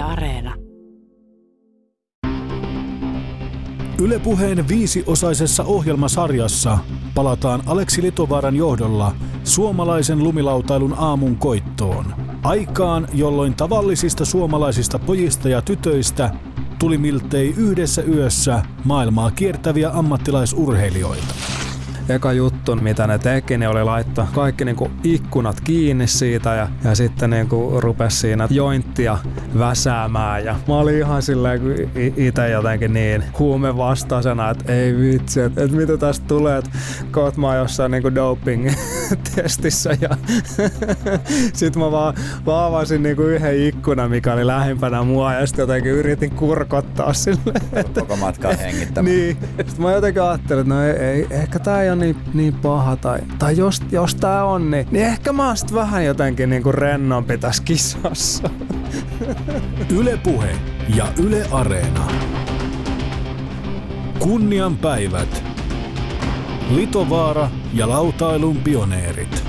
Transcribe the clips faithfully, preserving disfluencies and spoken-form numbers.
Areena. Yle Puheen viisiosaisessa ohjelmasarjassa palataan Aleksi Litovaaran johdolla suomalaisen lumilautailun aamun koittoon. Aikaan, jolloin tavallisista suomalaisista pojista ja tytöistä tuli miltei yhdessä yössä maailmaa kiertäviä ammattilaisurheilijoita. Eka juttu, mitä ne teki, niin oli laittaa kaikki niinku ikkunat kiinni siitä ja, ja sitten niinku rupesi siinä jointtia väsäämään. Ja mä olin ihan silleen itse jotenkin niin huumevastaisena, että ei vitsi, että et mitä tästä tulee, että koot mä oon jossain niinku doping-testissä. Ja sitten mä vaan, vaan avasin niinku yhden ikkunan, mikä oli lähempänä mua ja sitten jotenkin yritin kurkottaa silleen. Että, koko matkaa hengittämään. Niin. Sitten mä jotenkin ajattelin, että no ei, ei ehkä tää ei ole niin, niin paha tai, tai jos, jos tää on, niin, niin ehkä mä oon sit vähän jotenkin niinku rennompi tässä kisassa. Yle Puhe ja Yle Areena. Kunnianpäivät. Litovaara ja lautailun pioneerit.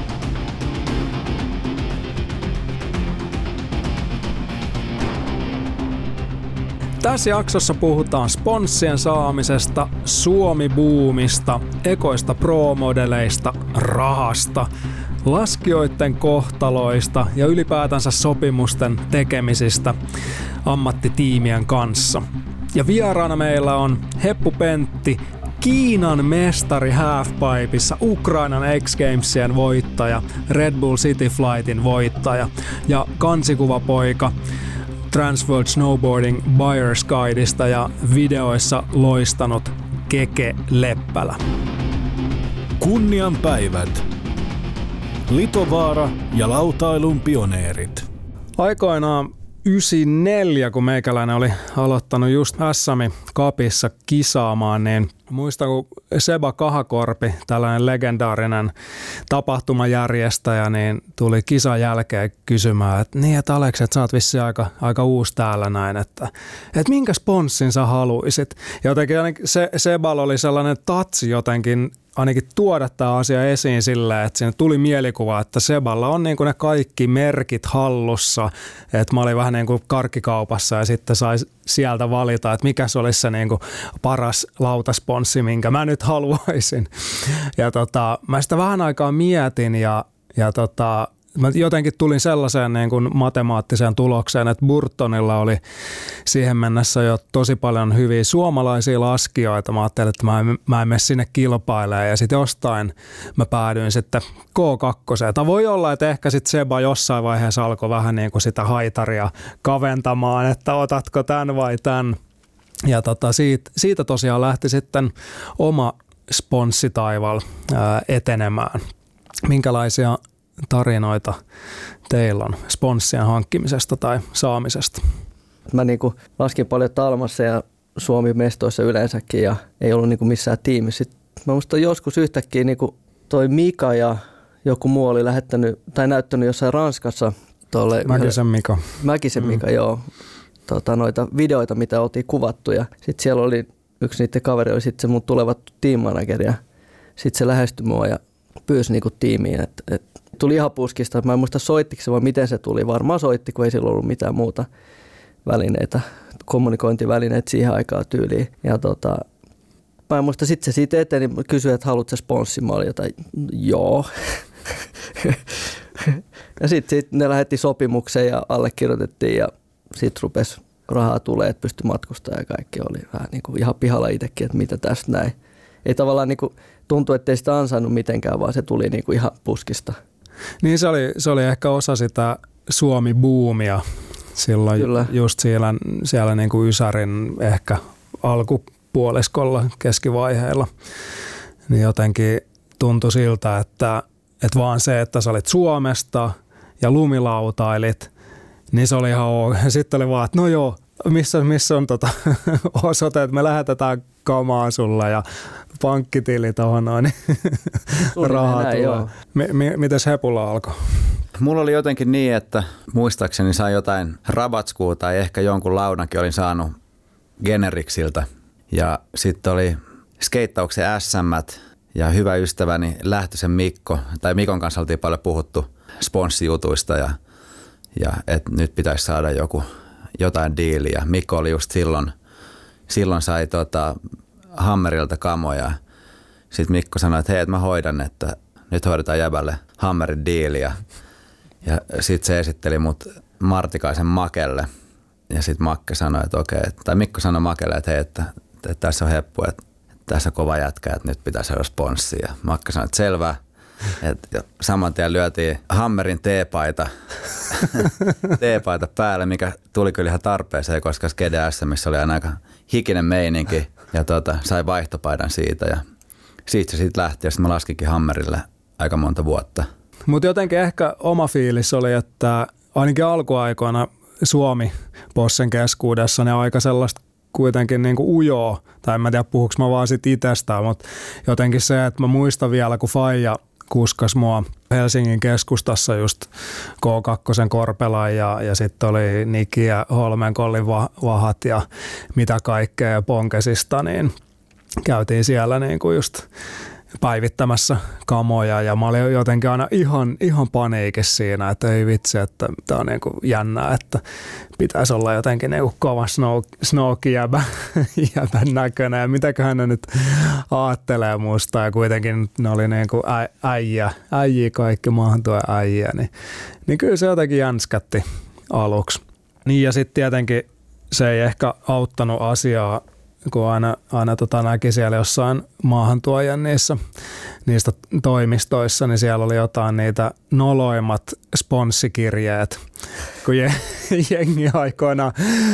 Tässä jaksossa puhutaan sponssien saamisesta, Suomi-buumista, ekoista pro-modeleista, rahasta, laskijoiden kohtaloista ja ylipäätänsä sopimusten tekemisistä ammattitiimien kanssa. Ja vieraana meillä on Heppu Pentti, Kiinan mestari halfpipeissa, Ukrainan X Gamesien voittaja, Red Bull City Flightin voittaja ja kansikuvapoika Transworld Snowboarding Buyer's Guideista ja videoissa loistanut Keke Leppälä. Kunnianpäivät. Litovaara ja lautailun pioneerit. Aikoinaan yhdeksänkymmentäneljä, kun meikäläinen oli aloittanut just S M I-kapissa kisaamaan, niin muistan, kun Seba Kahakorpi, tällainen legendaarinen tapahtumajärjestäjä, niin tuli kisan jälkeen kysymään, että niin, että Aleksi, että sä oot vissiin aika, aika uusi täällä näin, että, että minkä sponssin sä haluisit? Ja jotenkin se, Seballa oli sellainen tatsi jotenkin, ainakin tuoda tämä asia esiin silleen, että siinä tuli mielikuva, että Seballa on niin kuin ne kaikki merkit hallussa, että mä olin vähän niin kuin karkkikaupassa ja sitten sai sieltä valita, että mikä se olisi se niin kuin paras lautasponssi, minkä mä nyt haluaisin. Ja tota, mä sitä vähän aikaa mietin ja, ja tota, mä jotenkin tulin sellaiseen niin kuin matemaattiseen tulokseen, että Burtonilla oli siihen mennessä jo tosi paljon hyviä suomalaisia laskijoita. Mä ajattelin, että mä en, mä en mene sinne kilpailemaan ja sitten jostain mä päädyin sitten K kaksi. Tai voi olla, että ehkä sitten Seba jossain vaiheessa alkoi vähän niin kuin sitä haitaria kaventamaan, että otatko tämän vai tämän. Ja tota, siitä, siitä tosiaan lähti sitten oma sponssitaival ää, etenemään. Minkälaisia tarinoita teillä on sponssien hankkimisesta tai saamisesta? Mä niinku laskin paljon Talmassa ja Suomi-mestoissa yleensäkin ja ei ollut niinku missään tiimissä. Sitten mä muistan joskus yhtäkkiä niinku toi Mika ja joku muu oli lähettänyt tai näyttänyt jossain Ranskassa tolle Mäkisen Mika. Mäkisen mm. Mika, joo. Tota, noita videoita, mitä oltiin kuvattu ja sitten siellä oli yksi niiden kaveri oli sitten se mun tulevat team-manageri ja sitten se lähestyi mua ja pyysi niinku tiimiin, että et, tuli ihan puskista. Mä en muista soittiko se vai miten se tuli. Varmaan soitti, kun ei sillä ollut mitään muuta välineitä, kommunikointivälineitä siihen aikaan tyyliin. Ja tota, mä en muista sitten se siitä eteni, niin kysyi, että haluatko sä sponssin? Mä olin jotain, joo. Ja sitten sit ne lähetti sopimuksen ja allekirjoitettiin ja sitten rupesi rahaa tulee, että pystyi matkustamaan ja kaikki oli vähän niin kuin ihan pihalla itsekin, että mitä tästä näin. Ei tavallaan niin kuin tuntui, ettei sitä ansainnut mitenkään, vaan se tuli niin kuin ihan puskista. Niin se oli, se oli ehkä osa sitä Suomi-buumia silloin. Kyllä. Just siellä, siellä niin kuin Ysärin ehkä alkupuoliskolla keskivaiheilla. Niin jotenkin tuntui siltä, että, että vaan se, että sä olit Suomesta ja lumilautailit, niin se oli ihan ok. Sitten oli vaan, että no joo, missä, missä on tota osoite, että me lähetetään kamaa sulle ja pankkitili tuohon noin, rahaa tulee. M- mites Hepulla alkoi? Mulla oli jotenkin niin, että muistaakseni sain jotain rabatskua tai ehkä jonkun launakin olin saanut Generiksiltä. Ja sitten oli skeittauksen S M:t ja hyvä ystäväni Lähtösen Mikko, tai Mikon kanssa oltiin paljon puhuttu sponssijutuista ja, ja että nyt pitäisi saada joku jotain diiliä. Mikko oli just silloin, silloin sai tota Hammerilta kamoja. Sitten Mikko sanoi, että hei, et mä hoidan, että nyt hoidetaan jäbälle Hammerin diiliä. Ja sitten se esitteli mut Martikaisen Makelle. Ja sitten Makke sanoi, että okei, tai Mikko sanoi Makelle, että hei, että, että tässä on heppu, että tässä on kova jätkä, että nyt pitää saada sponssia. Makke sanoi, että selvä. Et saman tien lyötiin Hammerin teepaita, teepaita päälle, mikä tuli kyllä ihan tarpeeseen, koska Skede S M:ssä oli aina aika hikinen meininki ja tota, sai vaihtopaidan siitä. Ja siitä se sitten lähti ja sitten mä laskinkin Hammerille aika monta vuotta. Mutta jotenkin ehkä oma fiilis oli, että ainakin alkuaikoina Suomi bossen keskuudessa ne aika sellaista kuitenkin niinku ujoa, tai en mä tiedä puhuuko mä vaan sit itestään, mutta jotenkin se, että mä muistan vielä, kun Faija kuskas mua Helsingin keskustassa just K kaksi Korpelan ja, ja sitten oli Niki ja Holmenkollin vahat ja mitä kaikkea Ponkesista, niin käytiin siellä niinku just päivittämässä kamoja ja mä olin jotenkin aina ihan, ihan paniikissa siinä, että ei vitsi, että tää on niinku jännää, että pitäisi olla jotenkin niinku kova snow-jäbä jäbän näköinen ja mitäköhän ne nyt aattelee musta ja kuitenkin ne oli niinku äijä, äijä kaikki maahantuo äijä, niin, niin kyllä se jotenkin jänskätti aluksi. Niin ja sitten tietenkin se ei ehkä auttanut asiaa, kun aina, aina tota näki siellä jossain maahantuojan niissä, niistä toimistoissa, niin siellä oli jotain niitä noloimmat sponssikirjeet, kun jengi aikoinaan,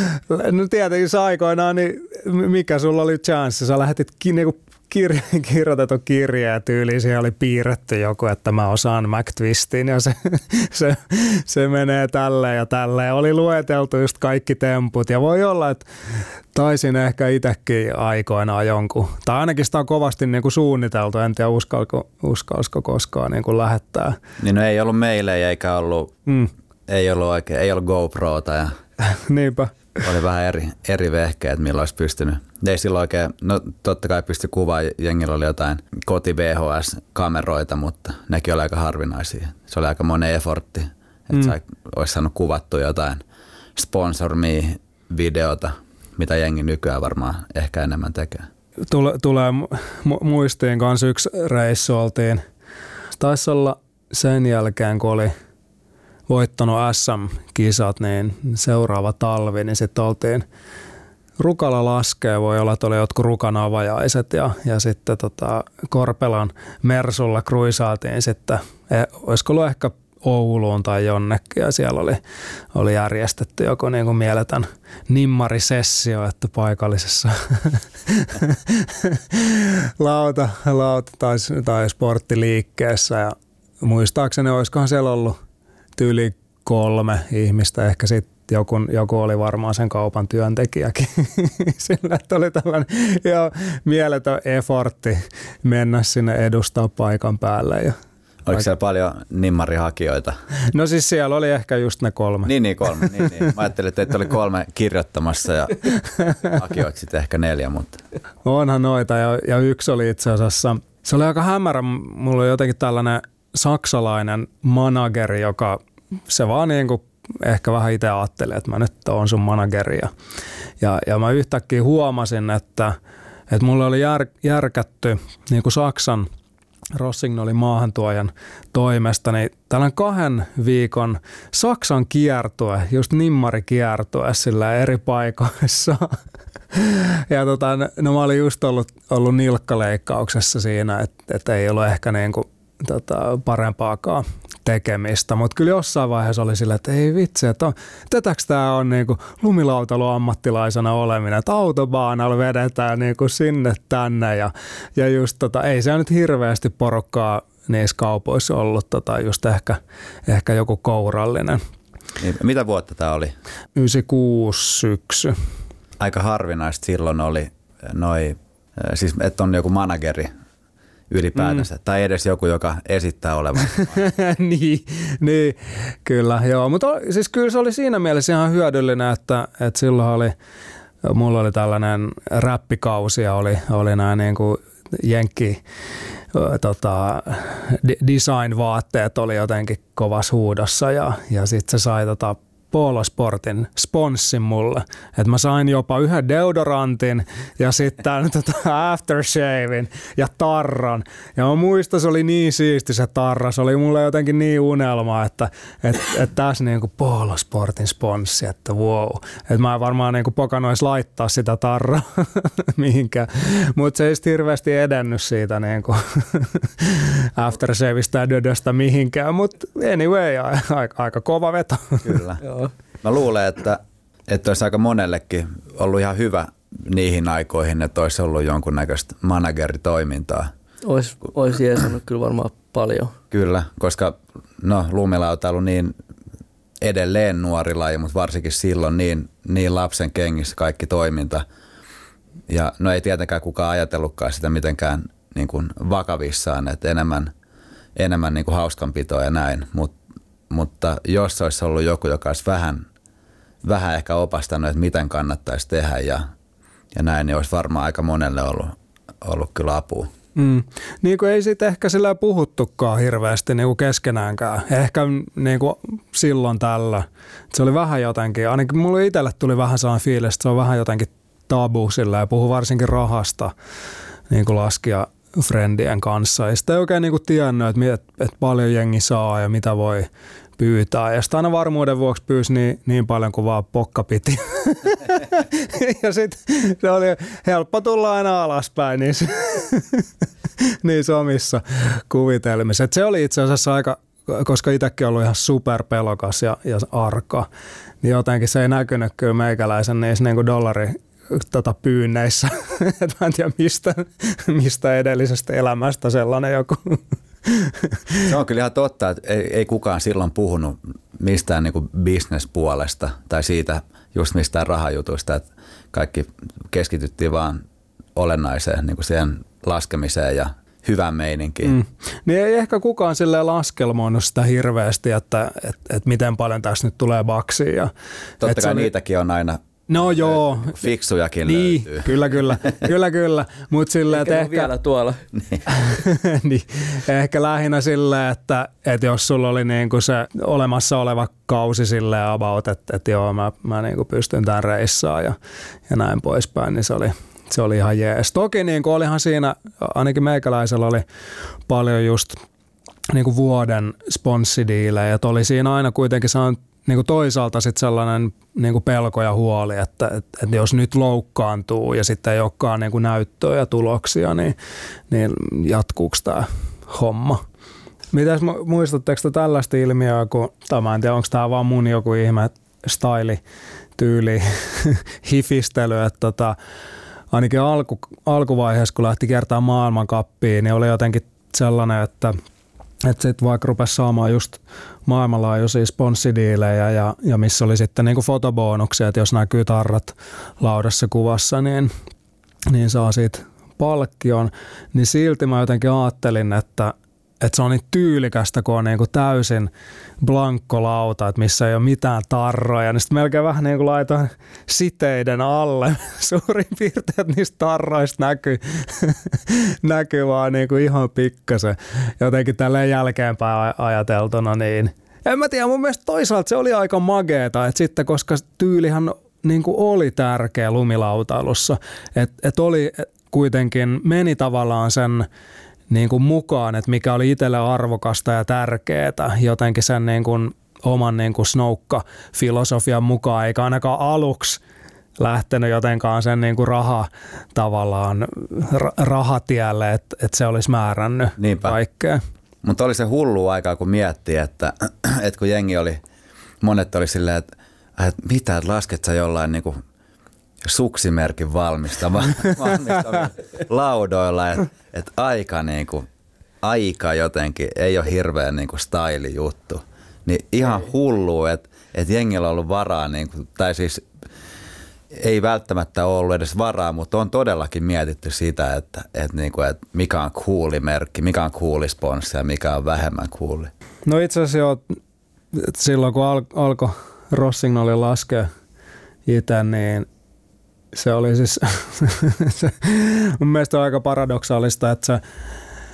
no tietenkin se aikoinaan, niin mikä sulla oli chanssi, sä lähetit niinku kirja, kirjoitetun kirjeen tyyliin, siellä oli piirretty joku, että mä osaan McTwistin ja se, se, se menee tälleen ja tälleen. Oli lueteltu just kaikki temput ja voi olla, että taisin ehkä itsekin aikoinaan jonkun, tai ainakin sitä on kovasti niin kuin suunniteltu, en tiedä uskalko, uskalsko koskaan niin kuin lähettää. Niin no ei ollut meille eikä ollut, mm. ei ollut oikein, ei ollut GoProta ja niinpä. Oli vähän eri, eri vehkeet, millä olisi pystynyt. Ei silloin oikein, no totta kai pysty kuvaa, jengillä oli jotain koti-V H S-kameroita, mutta nekin oli aika harvinaisia. Se oli aika monen effortti, että mm. sai, olisi saanut kuvattua jotain sponsor me-videota, mitä jengi nykyään varmaan ehkä enemmän tekee. Tule, tulee mu- muistiin kanssa yksi reissu oltiin. Taisi olla sen jälkeen, kun oli voittanut S M-kisat, niin seuraava talvi, niin sitten oltiin Rukalla laskee, voi olla, että oli jotkut Rukan avajaiset ja, ja sitten tota Korpelan Mersulla kruisaatiin sitten, eh, olisiko ollut ehkä Ouluun tai jonnekin ja siellä oli, oli järjestetty joku niin kuin mieletön nimmarisessio, että paikallisessa lauta, lauta tai, tai sporttiliikkeessä ja muistaakseni olisikohan siellä ollut tyyli kolme ihmistä, ehkä sitten joku, joku oli varmaan sen kaupan työntekijäkin. Sillä että oli tällainen jo mieletön effortti mennä sinne edustaa paikan päälle. Ja oliko siellä paljon nimmarihakijoita? No siis siellä oli ehkä just ne kolme. Niin, niin kolme. Niin, niin. Mä ajattelin, että oli kolme kirjoittamassa ja hakijoita sitten ehkä neljä. Mutta. Onhan noita ja, ja yksi oli itse asiassa, se oli aika hämärä. Mulla oli jotenkin tällainen saksalainen manageri, joka se vaan niin kuin ehkä vähän itse ajatteli, että mä nyt oon sun manageri. Ja, ja, ja mä yhtäkkiä huomasin, että, että mulla oli jär, järkätty niin kuin Saksan Rossignolin maahantuojan toimesta, niin tällainen kahden viikon Saksan kiertue, just nimmarikiertue sillä eri paikoissa. Ja tota, no mä olin just ollut, ollut nilkkaleikkauksessa siinä, että, että ei ollut ehkä niin kuin Tota, parempaakaan tekemistä, mutta kyllä jossain vaiheessa oli silleen, että ei vitsi, että tätäks tää on niinku lumilautailu ammattilaisena oleminen, että autobaanalla vedetään niinku sinne tänne ja, ja just tota, ei se nyt hirveästi porukkaa niissä kaupoissa ollut, tota, just ehkä, ehkä joku kourallinen. Mitä vuotta tää oli? yhdeksänkymmentäkuusi syksy. Aika harvinaista silloin oli noi, siis että on joku manageri ylipäätänsä, mm. tai edes joku, joka esittää olevan. niin, niin, kyllä, joo. Mutta siis kyllä se oli siinä mielessä ihan hyödyllinen, että, että silloin oli, mulla oli tällainen räppikausi ja oli, oli nämä niin kuin jenkki tota, design-vaatteet oli jotenkin kovassa huudossa ja, ja sitten se sai tota Polosportin sponssin mulle. Että mä sain jopa yhden deodorantin ja sitten tota aftershaven ja tarran. Ja mä muistan, se oli niin siisti se tarra. Se oli mulle jotenkin niin unelma, että et, et tässä niinku Polosportin sponssi, että wow. Että mä en varmaan niinku pokannut edes laittaa sitä tarraa mihinkään. Mutta se ei sitten hirveästi edennyt siitä niinku aftershavista ja dödöstä mihinkään. Mutta anyway, aika, aika kova veto. Kyllä. Mä luulen, että, että olisi aika monellekin ollut ihan hyvä niihin aikoihin, että olisi ollut jonkunnäköistä manageritoimintaa. Ois, olisi jeesannut kyllä varmaan paljon. Kyllä, koska no, lumilautailu niin edelleen nuori laji, mutta varsinkin silloin niin, niin lapsen kengissä kaikki toiminta. Ja no ei tietenkään kukaan ajatellutkaan sitä mitenkään niin kuin vakavissaan, että enemmän, enemmän niin kuin hauskanpitoa ja näin, Mut, mutta jos olisi ollut joku, joka olisi vähän, vähän ehkä opastanut, että miten kannattaisi tehdä ja, ja näin, niin olisi varmaan aika monelle ollut, ollut kyllä apua. Mm. Niin kuin ei siitä ehkä sillä puhuttukaan hirveästi niin kuin keskenäänkään. Ehkä niin kuin silloin tällä. Se oli vähän jotenkin, ainakin mulle itselle tuli vähän sellainen fiilis, että se on vähän jotenkin tabu sillä ja puhu varsinkin rahasta niin kuin laskija friendien kanssa. Ja sitten ei oikein niin kuin tiennyt, että, että paljon jengi saa ja mitä voi pyytää. Ja sitten aina varmuuden vuoksi pyysi niin, niin paljon kuin vaan pokka piti. Ja sitten se oli helppo tulla aina alaspäin niissä, niissä omissa kuvitelmissa. Et se oli itse asiassa aika, koska itsekin ollut ihan superpelokas ja, ja arka, niin jotenkin se ei näkynyt kyllä meikäläisen niissä niin kuin dollari Tota, pyynneissä. Mä en tiedä mistä, mistä edellisestä elämästä sellainen joku. Se on kyllä ihan totta, että ei, ei kukaan silloin puhunut mistään niin kuin business-puolesta tai siitä just mistään rahajutuista, että kaikki keskityttiin vaan olennaiseen niin kuin siihen laskemiseen ja hyvään meininkiin. Mm. Niin ei ehkä kukaan silleen laskelmoinut sitä hirveästi, että, että, että miten paljon tässä nyt tulee baksia. Ja, totta kai oli... niitäkin on aina no joo. Fiksujakin niin, löytyy. Kyllä, kyllä. kyllä, kyllä. Mut silleen, että ehkä... vielä tuolla. niin, ehkä lähinnä silleen, että, että jos sulla oli niinku se olemassa oleva kausi silleen about, että, että joo, mä, mä niinku pystyn tämän reissaan ja, ja näin poispäin, niin se oli, se oli ihan jees. Toki niinku olihan siinä, ainakin meikäläisellä oli paljon just niinku vuoden sponssidiilejä, että oli siinä aina kuitenkin saanut niinku toisaalta sit sellainen niinku pelko ja huoli, että et, et jos nyt loukkaantuu ja sitten ei olekaan niinku näyttöä ja tuloksia, niin, niin jatkuuko tämä homma? Mitäs muistatteko te tällaista ilmiöä, kun, tai mä en tiedä, onko tämä vaan mun joku ihme style, tyyli, hifistely, että tota, ainakin alku, alkuvaiheessa, kun lähti kertaa maailmankappiin, niin oli jotenkin sellainen, että että sitten vaikka rupesi saamaan just maailmanlaajuisia sponssidiilejä ja, ja missä oli sitten niinku fotobonuksia, että jos näkyy tarrat laudassa kuvassa, niin, niin saa siitä palkkion. Niin silti mä jotenkin ajattelin, että, että se on niin tyylikästä, kun on niinku täysin blankko lauta, että missä ei ole mitään tarroja. Niin sitten melkein vähän niin kuin laitoin siteiden alle suurin piirtein, että niistä tarroista näkyy, näkyy vaan niin kuin ihan pikkasen. Jotenkin tälleen jälkeenpäin ajateltuna niin. En mä tiedä, mun mielestä toisaalta se oli aika mageeta, että sitten koska tyylihän niin kuin oli tärkeä lumilautailussa, että et oli kuitenkin, meni tavallaan sen niin kuin mukaan, että mikä oli itselle arvokasta ja tärkeää, jotenkin sen niin kuin oman niin kuin snoukka-filosofian mukaan, eikä ainakaan aluksi lähtenyt jotenkaan sen niin kuin raha tavallaan rahatielle, että, että se olisi määrännyt Niinpä. kaikkea. Mutta oli se hullu aikaa, kun miettii, että, että kun jengi oli, monet oli silleen, että, että mitä, että lasket sä jollain niin kuin suksimerkin valmistava, valmistavilla laudoilla, että et aika, niinku, aika jotenkin ei ole hirveän niinku style juttu. Niin ihan hullu, että et jengillä on ollut varaa, niinku, tai siis ei välttämättä ollut edes varaa, mutta on todellakin mietitty sitä, että et niinku, et mikä on cooli merkki, mikä on cooli sponssi ja mikä on vähemmän cooli. No itse asiassa jo silloin kun al- alkoi Rossignolin laskea itse, niin se oli siis, se, mun mielestä on aika paradoksaalista, että se,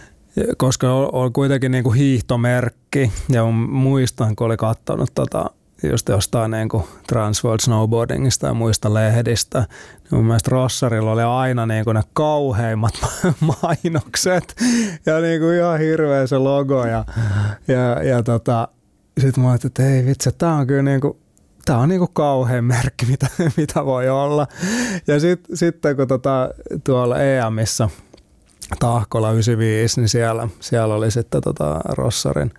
koska on kuitenkin niin kuin hiihtomerkki, ja muistan, kun oli katsonut tota just jostain niin kuin Transworld Snowboardingista ja muista lehdistä. Mun mielestä Rossarilla oli aina niin kuin ne kauheimmat mainokset ja niin kuin ihan hirveä se logo. Ja, ja, ja tota, sitten mä ajattelin, että ei vitsi, tää on kyllä niin kuin, tää on niin kuin kauhein merkki, mitä, mitä voi olla. Ja sitten sit, kun tota, tuolla E M:ssä Tahkola yhdeksänkymmentäviisi, niin siellä, siellä oli sitten tota Rossarin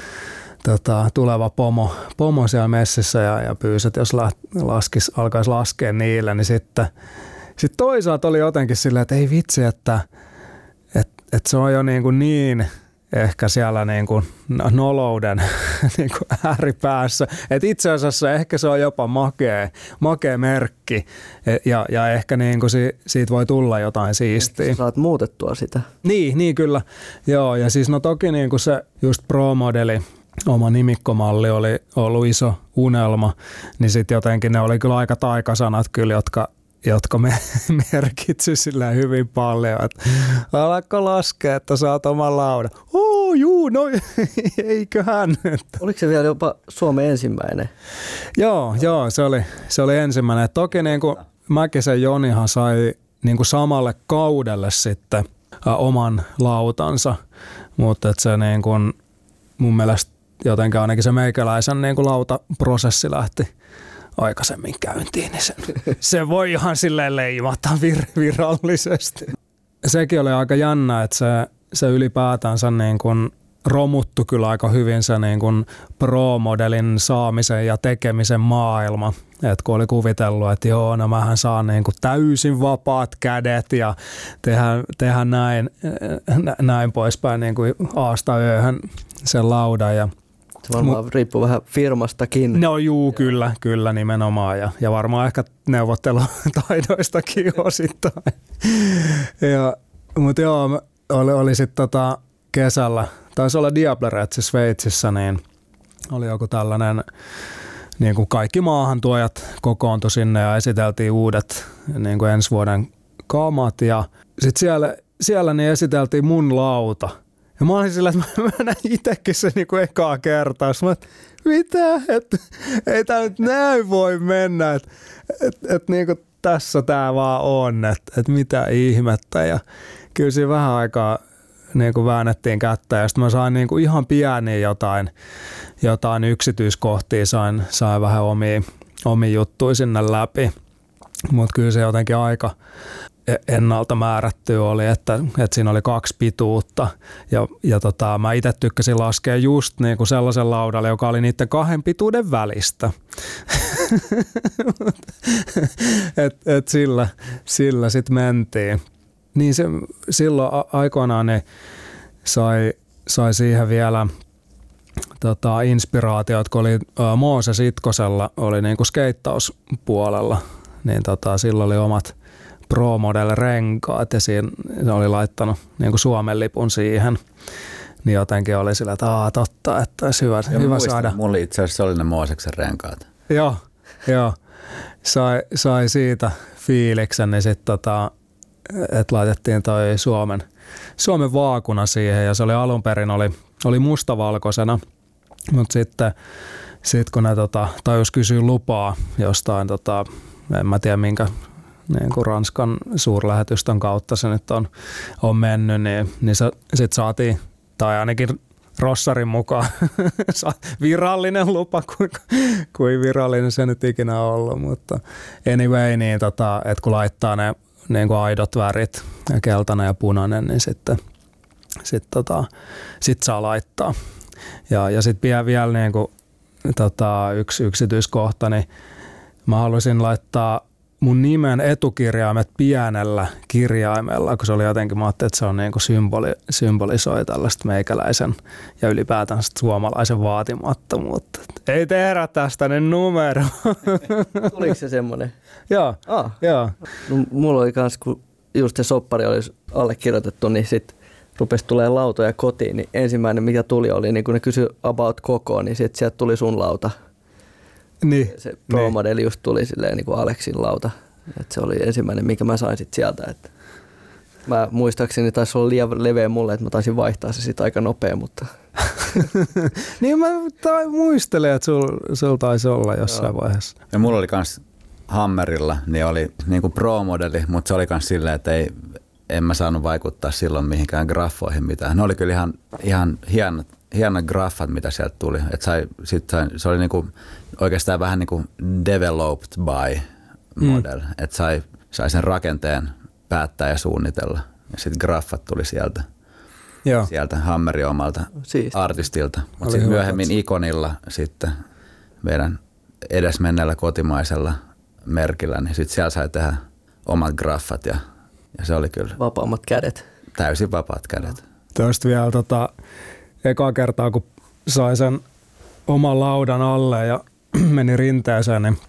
Tota, tuleva pomo, pomo siellä messissä ja, ja pyysi, että jos laskis, alkaisi laskea niille, niin sitten sit toisaalta oli jotenkin silleen, että ei vitsi, että et, et se on jo niin, kuin niin ehkä siellä niin kuin nolouden niin kuin ääripäässä, että itse asiassa ehkä se on jopa makea, makea merkki ja, ja ehkä niin kuin si, siitä voi tulla jotain siistiä. Sä saat muutettua sitä. Niin, niin kyllä. Joo, ja siis no toki niin kuin se just Pro-modeli, oma nimikkomalli oli ollut iso unelma, niin sitten jotenkin ne oli kyllä aika taikasanat kyllä, jotka, jotka me merkitsi silleen hyvin paljon, että alakko laskea, että saat oman laudan. Oo, juu, no eiköhän. Oliko se vielä jopa Suomen ensimmäinen? Joo, joo, se oli, se oli ensimmäinen. Toki niin kuin Mäkisen Jonihan sai niin kuin samalle kaudelle sitten ä, oman lautansa, mutta että se niin kuin mun mielestä jotenkin ainakin se meikäläisen niin kuin lautaprosessi lähti aikaisemmin käyntiin, niin se, se voi ihan silleen leimata vir, virallisesti. Sekin oli aika jännä, että se, se ylipäätänsä niin kuin romuttu kyllä aika hyvin se niin kuin pro-modelin saamisen ja tekemisen maailma. Et kun oli kuvitellut, että joo, no mähän saan niin kuin täysin vapaat kädet ja tehdään, tehdään näin, näin poispäin niin kuin aasta yöhön sen laudan. Ja se varmaan Mut, riippuu vähän firmastakin. No juu, kyllä, kyllä nimenomaan ja, ja varmaan ehkä neuvottelutaidoistakin osittain. Ja, mutta joo, oli, oli sitten tota kesällä, taisi olla Diableretsi Sveitsissä, niin oli joku tällainen, niin kuin kaikki maahantuojat kokoontui sinne ja esiteltiin uudet niin kuin ensi vuoden kamat ja sitten siellä, siellä niin esiteltiin mun lauta. Ja mä olin sillä, että mä näin itsekin se niinku ekaa kertaa. Mä että mitä? Et, ei tää nyt näin voi mennä. Että et, et niinku tässä tää vaan on. Että et mitä ihmettä. Ja kyllä siinä vähän aikaa niinku väännettiin kättä. Ja sitten mä sain niinku ihan pieniä jotain, jotain yksityiskohtia. Sain, sain vähän omia, omia juttuja sinne läpi. Mutta kyllä se jotenkin aika ennalta määrätty oli, että, että siinä oli kaksi pituutta ja, ja tota, mä itse tykkäsin laskea just niin kuin sellaisen laudalle, joka oli niiden kahden pituuden välistä. et, et sillä sillä sitten mentiin. Niin se, silloin aikoinaan ne sai, sai siihen vielä tota, inspiraatiot, kun oli ä, Mooses Itkosella oli niin kuin skeittauspuolella, niin tota, silloin oli omat Pro-model-renkaat ja siinä oli laittanut niin kuin Suomen lipun siihen. Niin jotenkin oli sillä, että aah, totta, että olisi hyvä, hyvä muistan, saada. Mulla itse asiassa oli ne Mooseksen renkaat. Joo, joo. Sai, sai siitä fiiliksen, niin sitten tota, että laitettiin toi Suomen, Suomen vaakuna siihen ja se oli alun perin oli, oli mustavalkoisena, mutta sitten sit kun ne tota, tajus kysyä lupaa jostain, tota, en mä tiedä minkä, niin kuin Ranskan suurlähetystön kautta se nyt on, on mennyt, niin, niin sitten saatiin, tai ainakin Rossarin mukaan virallinen lupa, kuinka, kuin virallinen se nyt ikinä on ollut, mutta anyway, niin tota, että kun laittaa ne niin kuin aidot värit, keltainen ja punainen, niin sitten sit tota, sit saa laittaa. Ja, ja sitten vielä, vielä niin kuin, tota, yksi yksityiskohta, niin mä haluaisin laittaa mun nimen etukirjaimet pienellä kirjaimella, kun se oli jotenkin, mä ajattelin, että se on niin kuin symboli, symbolisoi tällaista meikäläisen ja ylipäätään suomalaisen vaatimattomuutta. Ei tehdä tästä ne numero. Tuliko se semmoinen? Joo, ah. joo. No, mulla oli kans, kun just se soppari oli allekirjoitettu, niin sit rupesi tulemaan lautoja kotiin, niin ensimmäinen mikä tuli oli, niin kun ne kysyi about kokoa, niin sit sieltä tuli sun lauta. Niin. Se Pro-modeli just tuli silleen niin kuin Aleksin lauta. Et se oli ensimmäinen, minkä mä sain sit sieltä. Että. Mä muistaakseni taisi olla liian leveä mulle, että mä taisin vaihtaa se sit aika nopea, mutta... niin mä ta- muistelen, että sul, sul taisi olla jossain Joo. vaiheessa. Ja mulla oli kans Hammerilla, niin oli niinku pro-modeli, mutta se oli kans silleen, että ei, en mä saanut vaikuttaa silloin mihinkään graffoihin mitään. Ne oli kyllä ihan, ihan hienot, hienot graffat, mitä sieltä tuli. Et sai, sit sai, se oli niinku oikeastaan vähän niinku developed by model, mm. että sai, sai sen rakenteen päättää ja suunnitella. Ja sitten graffat tuli sieltä, Joo. sieltä Hammerin omalta Siisti. artistilta. Mutta sitten myöhemmin katso. Ikonilla sitten meidän edesmenneellä kotimaisella merkillä, niin sitten siellä sai tehdä omat graffat ja, ja se oli kyllä... Vapaammat kädet. Täysin vapaat kädet. Tuosta vielä tota, ekaa kertaa, kun sai sen oman laudan alle ja meni rinteeseen, niin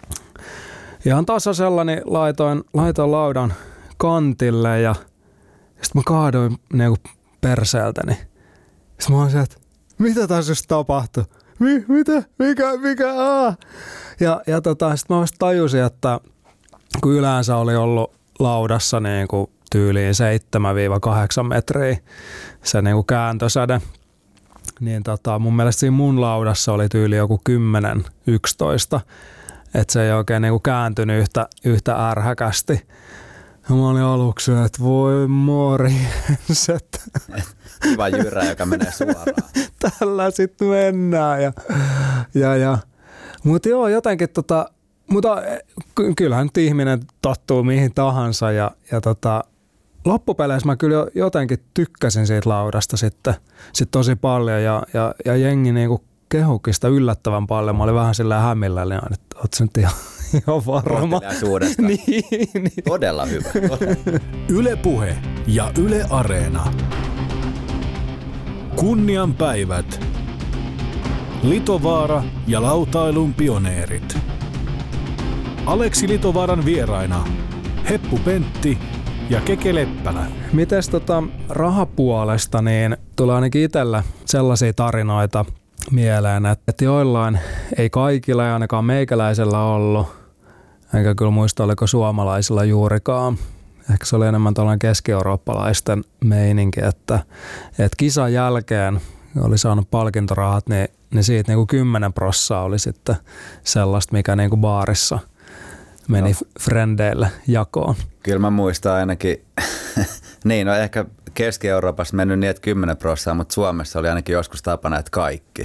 ihan tasaisella niin laitoin, laitoin laudan kantille ja sitten mä kaadoin niinku perseeltäni. Sitten mä oon sieltä, että mitä taas just tapahtui? Mi, mitä? Mikä? Mikä? Aa? Ja, ja tota, sitten mä vasta tajusin, että kun yleensä oli ollut laudassa niinku tyyliin seitsemän kahdeksan metriä se niinku kääntösäde, niin tota, mun mielestä siinä mun laudassa oli tyyli joku kymmenen yksitoista. Että se ei oikein niinku kääntynyt yhtä, yhtä ärhäkästi. Ja mä olin aluksi, että voi morjens. Kiva jyrä, joka menee suoraan. Tällä sitten mennään. Ja, ja, ja. Mutta joo, jotenkin tota, mutta kyllähän nyt ihminen tottuu mihin tahansa. Ja, ja tota, loppupeleissä mä kyllä jotenkin tykkäsin siitä laudasta sitten sit tosi paljon. Ja, ja, ja jengi niinku kehukin sitä yllättävän paljon. Mä olin vähän silleen hämilläni, että oot sä nyt ihan, ihan varma. niin, niin. Todella hyvä. Yle Puhe ja Yle Areena. Kunnian päivät. Litovaara ja lautailun pioneerit. Aleksi Litovaaran vieraina Heppu Pentti ja Keke Leppälä. Mites tota rahapuolesta, niin tulee ainakin itsellä sellaisia tarinoita mieleen, että joillain, ei kaikilla ja ainakaan meikäläisellä ollut, enkä kyllä muista oliko suomalaisilla juurikaan. Ehkä se oli enemmän tuollainen keski-eurooppalaisten meininki, että, että kisan jälkeen oli saanut palkintorahat, niin, niin siitä niin kuin kymmenen prossaa oli sitten sellaista, mikä niin kuin baarissa meni no. frendeille jakoon. Kyllä mä muistan ainakin, niin no ehkä Keski-Euroopassa mennyt niin, että kymmenen prossaa, mutta Suomessa oli ainakin joskus tapana, että kaikki.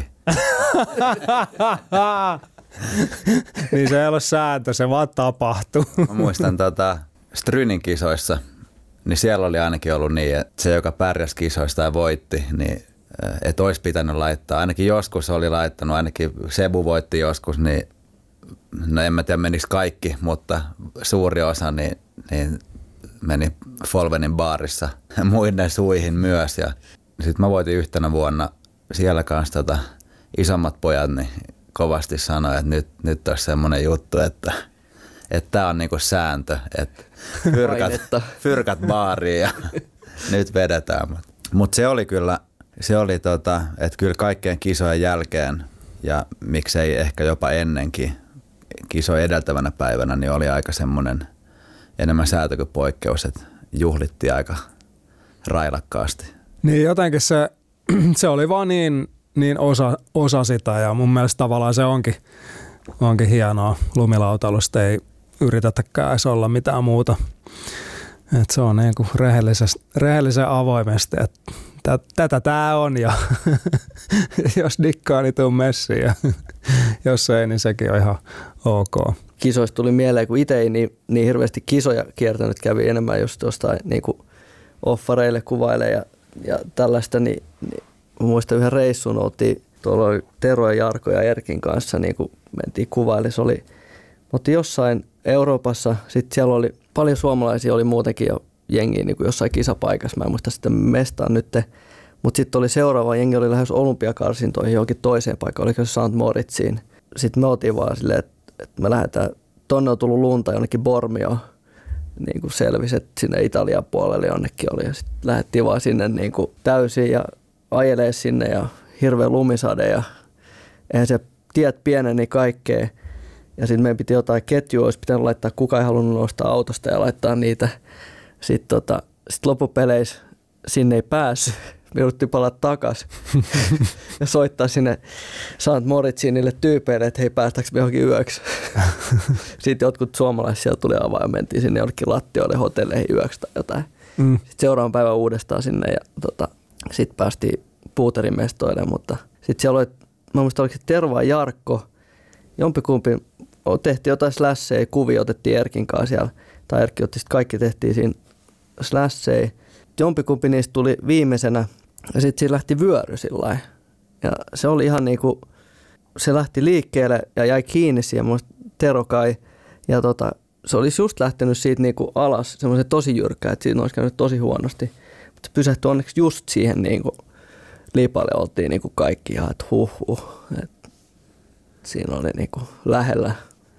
Niin se ei ole sääntö, se vaan tapahtuu. Mä muistan tota, Strynin kisoissa, niin siellä oli ainakin ollut niin, että se, joka pärjäsi kisoista ja voitti, niin että olisi pitänyt laittaa. Ainakin joskus oli laittanut, ainakin Sebu voitti joskus, niin no en mä tiedä menikö kaikki, mutta suuri osa niin, niin meni Folvenin baarissa muiden suihin myös. Ja sitten mä voitin yhtenä vuonna siellä kanssa tota, isommat pojat, niin kovasti sanoi, että nyt, nyt olisi semmoinen juttu, että että tää on niinku sääntö, että fyrkat, fyrkat baariin ja nyt vedetään. Mutta mut se oli kyllä, se oli tota, että kyllä kaikkien kisojen jälkeen ja miksei ehkä jopa ennenkin kisojen edeltävänä päivänä, niin oli aika semmoinen enemmän säätö kuin poikkeus, että juhlittiin aika railakkaasti. Niin jotenkin se, se oli vaan niin, niin osa, osa sitä ja mun mielestä tavallaan se onkin, onkin hienoa. Lumilautailusta ei yritetäkään edes olla mitään muuta. Et se on niin kuin rehellisen avoimesti, että tätä tää on ja jos dikkaa, niin tuun messiin ja jos ei, niin sekin on ihan ok. Kisoista tuli mieleen, kun itse ei niin, niin hirveästi kisoja kiertänyt, kävi enemmän just jostain niin kuin offareille kuvaile ja, ja tällaista, niin, niin muistan yhden reissun, oltiin tuolla oli Tero ja Jarko ja Erkin kanssa, niin kuin mentiin kuvaille, se oli, mutta jossain Euroopassa, sitten siellä oli paljon suomalaisia, oli muutenkin jo jengiä niin kuin jossain kisapaikassa, mä en muista sitten mestaan nyt, mutta sitten oli seuraava jengi, oli lähes olympiakarsintoihin johonkin toiseen paikkaan, oliko se Saint Moritsiin. Sitten me oltiin vaan silleen, että, että me lähdetään, tonne on tullut lunta jonnekin Bormioon, niin kuin selvisi, että sinne Italian puolelle jonnekin oli ja sitten lähdettiin vaan sinne niin kuin täysin ja ajelee sinne ja hirveä lumisade ja eihän se tiet pieneni kaikkea. Ja sitten meidän piti jotain ketjua, olisi pitänyt laittaa, kukaan ei halunnut nostaa autosta ja laittaa niitä. Sitten tota, sitten loppupeleissä sinne ei päässyt. Me jouduttiin palata takaisin ja soittaa sinne Saint Moritsiin niille tyypeille, että hei, päästäänkö me johonkin yöksi. Sitten jotkut suomalaiset sieltä tuli avaa ja mentiin sinne jonnekin lattioille hotelleihin yöksi tai jotain. Mm. Sitten seuraavan päivän uudestaan sinne ja tota, sitten päästiin Puuterin mestoille, mutta sitten siellä oli, mä muistan oliko se Terva ja Jarkko, jompikumpi, tehtiin jotain slässejä, kuvia otettiin Erkin kanssa siellä, tai Erkki otti sitten kaikki tehtiin siinä slässejä. Jompikumpi niistä tuli viimeisenä ja sitten siinä lähti vyöry sillä ja se oli ihan niinku, se lähti liikkeelle ja jäi kiinni siihen mun Tero kai ja tota, se olisi just lähtenyt siitä niinku alas semmoisen tosi jyrkkä, että siinä olisi käynyt tosi huonosti, mutta se pysähtyi onneksi just siihen niinku lipalle, oltiin niinku kaikki ihan, että huh huh, että siinä oli niinku lähellä.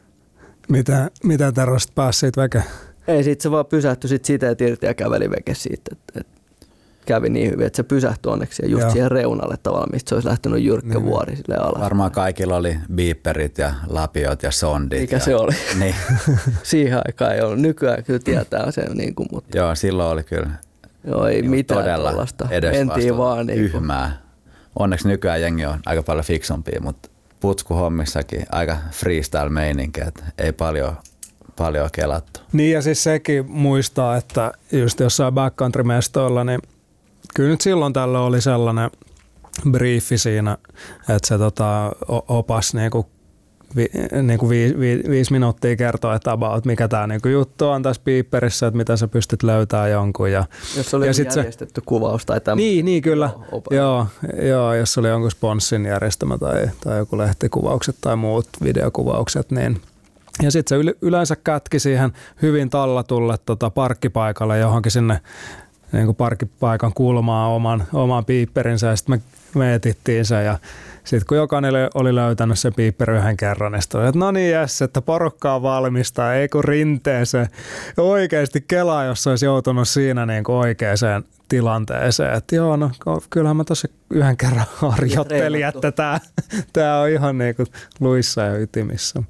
Mitä, mitä Terosta pääsi siitä veke? Ei, sit se vaan pysähtyi sit siteet irti ja käveli veke siitä, että et kävi niin hyvin, että se pysähtyi onneksi ja just Joo. siihen reunalle tavallaan, mistä se olisi lähtenyt jyrkkä niin. vuori sille alas. Varmaan kaikilla oli beeperit ja lapiot ja sondit. Mikä ja... se oli? Niin. Siihen aikaan ei ollut. Nykyään kyllä tietää se. Niin kuin, mutta... Joo, silloin oli kyllä Joo, ei niin mitään todella tollaista. edesvastuullista vaan niin tyhmää. Onneksi nykyään jengi on aika paljon fiksumpia, mutta putskuhommissakin aika freestyle-meininki, että ei paljon... paljon kelattu. Niin ja siis sekin muistaa, että just jossain backcountry-mestoilla, niin kyllä nyt silloin tällöin oli sellainen briefi siinä, että se tota, opas niinku, vi, niinku vi, vi, viisi minuuttia kertoo, että about mikä tämä niinku juttu on tässä piipperissä, että mitä sä pystyt löytämään jonkun. Ja, jos oli ja järjestetty se, kuvaus tai tämmöinen. Niin, niin kyllä. Joo, joo, jos oli jonkun sponssin järjestämä tai, tai joku lehtikuvaukset tai muut videokuvaukset, niin ja sitten se yleensä kätki siihen hyvin tallatulle tota parkkipaikalle johonkin sinne niin kuin parkkipaikan kulmaan oman, oman piipperinsä ja sitten me, me etittiin se ja sitten kun jokainen oli löytänyt sen piipperi yhden kerran, niin sitten oli, että no niin jes, että porukka on valmista, ei kun rinteeseen. Ja oikeasti kelaa, jos olisi joutunut siinä niin kuin oikeaan tilanteeseen, että joo, no kyllähän mä tosi yhden kerran harjoittelin, että tämä, tämä on ihan niin kuin luissa ja ytimissä.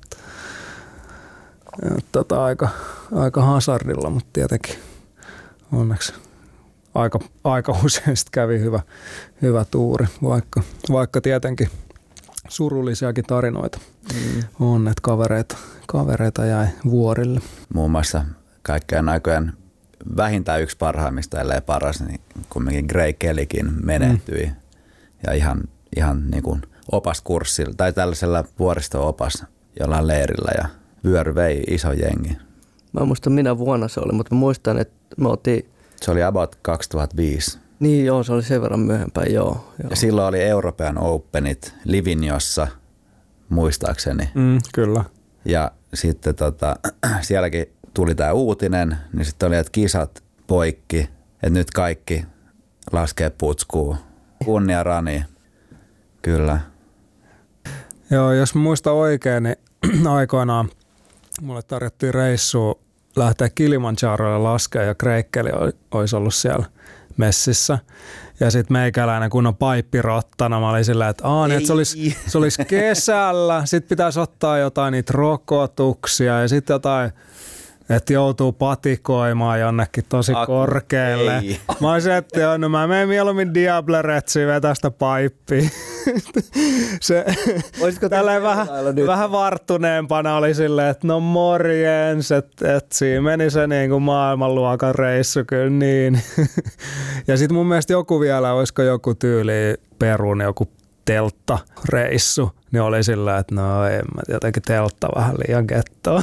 Tota, aika, aika hazardilla, mutta tietenkin onneksi aika, aika usein kävi hyvä, hyvä tuuri, vaikka, vaikka tietenkin surullisiakin tarinoita mm. on, että kavereita, kavereita jäi vuorille. Muun muassa kaikkien aikojen vähintään yksi parhaimmista, ellei paras, niin kumminkin Gray Kellykin menehtyi mm. ja ihan, ihan niin kuin opaskurssilla tai tällaisella vuoristo-opas jollain leirillä ja vyöry vei iso jengi. Mä en muista minä vuonna se oli, mutta mä muistan, että me otin... Se oli about kaksituhattaviisi. Niin joo, se oli sen verran myöhempään, joo. joo. Ja silloin oli European Openit Livignossa, muistaakseni. Mm, kyllä. Ja sitten tota, sielläkin tuli tää uutinen, niin sitten oli, että kisat poikki, että nyt kaikki laskee putskuun. Kunnia Rani, kyllä. Joo, jos mä muistan oikein, niin aikoinaan mulle tarjottiin reissua lähteä Kilimanjarolle laskea ja Kreikkeli olisi ollut siellä messissä. Ja sitten meikäläinen kun on paippirottana, mä olin silleen, että, Aa, niin, että se, olisi, se olisi kesällä, sitten pitäisi ottaa jotain niitä rokotuksia ja sitten jotain, että joutuu patikoimaan jonnekin tosi Aku, korkealle. Ei. Mä olisin, että joo, no mä menen mieluummin Diableretsiin vetää sitä paippia. Se tälleen vähän, vähän varttuneempana oli silleen, että no morjens, että et siinä meni se niinku maailmanluokan reissu kyllä niin. Ja sitten mun mielestä joku vielä, olisiko joku tyyli Perun joku telttareissu, niin oli sillä, että no en mä jotenkin teltta vähän liian gettoa.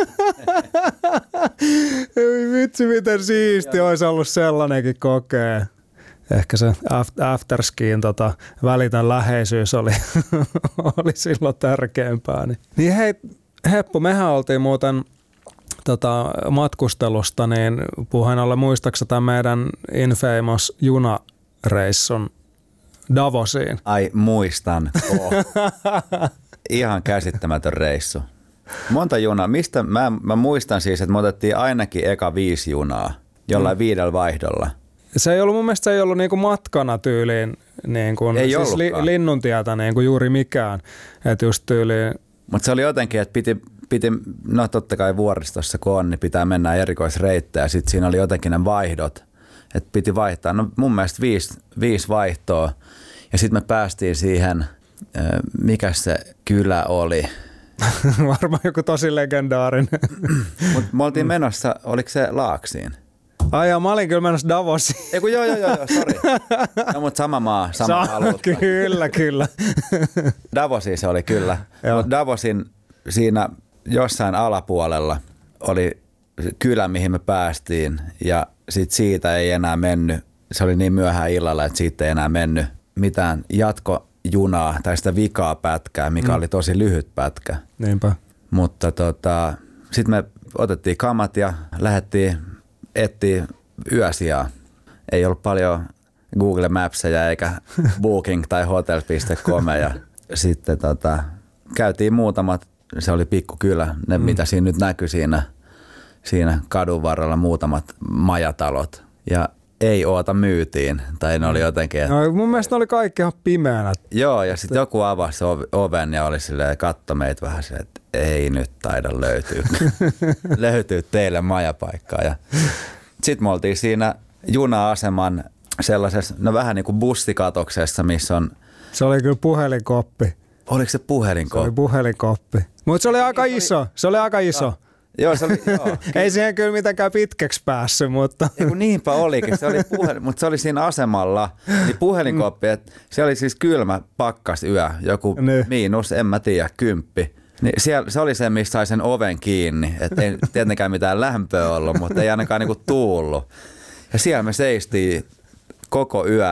Vitsi miten siisti olisi ollut sellainenkin kokea. Ehkä se afterskiin tota, välitön läheisyys oli, oli silloin tärkeämpää. Niin, niin hei Heppu, mehän oltiin muuten tota, matkustelusta, niin puheen ollen muistaaksä tämän meidän infamous junareissun Davosiin? Ai muistan. Oh. Ihan käsittämätön reissu. Monta junaa. Mistä? Mä, mä muistan siis, että me otettiin ainakin eka viisi junaa jollain mm. viidellä vaihdolla. Se ei ollut mun mielestä se ei ollut niinku matkana tyyliin niinku, ei siis li, linnuntietä niinku juuri mikään. Et just tyyliin. Mutta se oli jotenkin, että piti, piti, no totta kai vuoristossa kun on, niin pitää mennä erikoisreittejä. Sitten siinä oli jotenkin ne vaihdot. että piti vaihtaa. No mun mielestä viisi, viisi vaihtoa ja sitten me päästiin siihen, mikä se kylä oli. Varmaan joku tosi legendaarinen. Mutta me oltiin menossa, oliko se Laaksiin? Ai ja mä olin kyllä menossa Davosiin. Eiku joo, joo, joo, joo, sori. No mutta sama maa, sama Sa- valuutta. Kyllä, kyllä. Davosiin se oli kyllä. Mutta Davosin siinä jossain alapuolella oli kylä, mihin me päästiin ja sit siitä ei enää mennyt. Se oli niin myöhään illalla, että siitä ei enää mennyt mitään jatkojunaa tai sitä vikaa pätkää, mikä mm. oli tosi lyhyt pätkä. Niinpä. Mutta tota, sitten me otettiin kamat ja lähdettiin etsiä yösijaa. Ei ollut paljon Google Mapseja eikä Booking tai hotel piste com ja sitten tota, käytiin muutamat, se oli pikkukylä, ne mm. mitä siinä nyt näkyi siinä, siinä kadun varrella, muutamat majatalot ja ei oota myytiin tai ne oli jotenkin. Et... No, mun mielestä ne oli kaikki ihan pimeänä. Joo ja sitten joku avasi oven ja oli silleen, katso meitä vähän silleen, että ei nyt taida löytyä, löytyy teille majapaikkaa ja sitten me oltiin siinä juna-aseman sellaisessa, no vähän niin kuin bussikatoksessa, missä on... Se oli kyllä puhelinkoppi. Oliko se puhelinkoppi? Se oli puhelinkoppi. Mutta se oli aika iso. Se oli aika iso. Joo, joo se oli, joo. Ei siihen kyllä mitenkään pitkäksi päässyt, mutta... Eiku niinpä olikin, se oli puhelin, mutta se oli siinä asemalla, niin puhelinkoppi, että se oli siis kylmä pakkasyö, joku ne. miinus, en mä tiedä, kymppi. Niin siellä, se oli se, missä sai sen oven kiinni, että ei tietenkään mitään lämpöä ollut, mutta ei ainakaan niinku tuullut. Ja siellä me seistiin koko yö,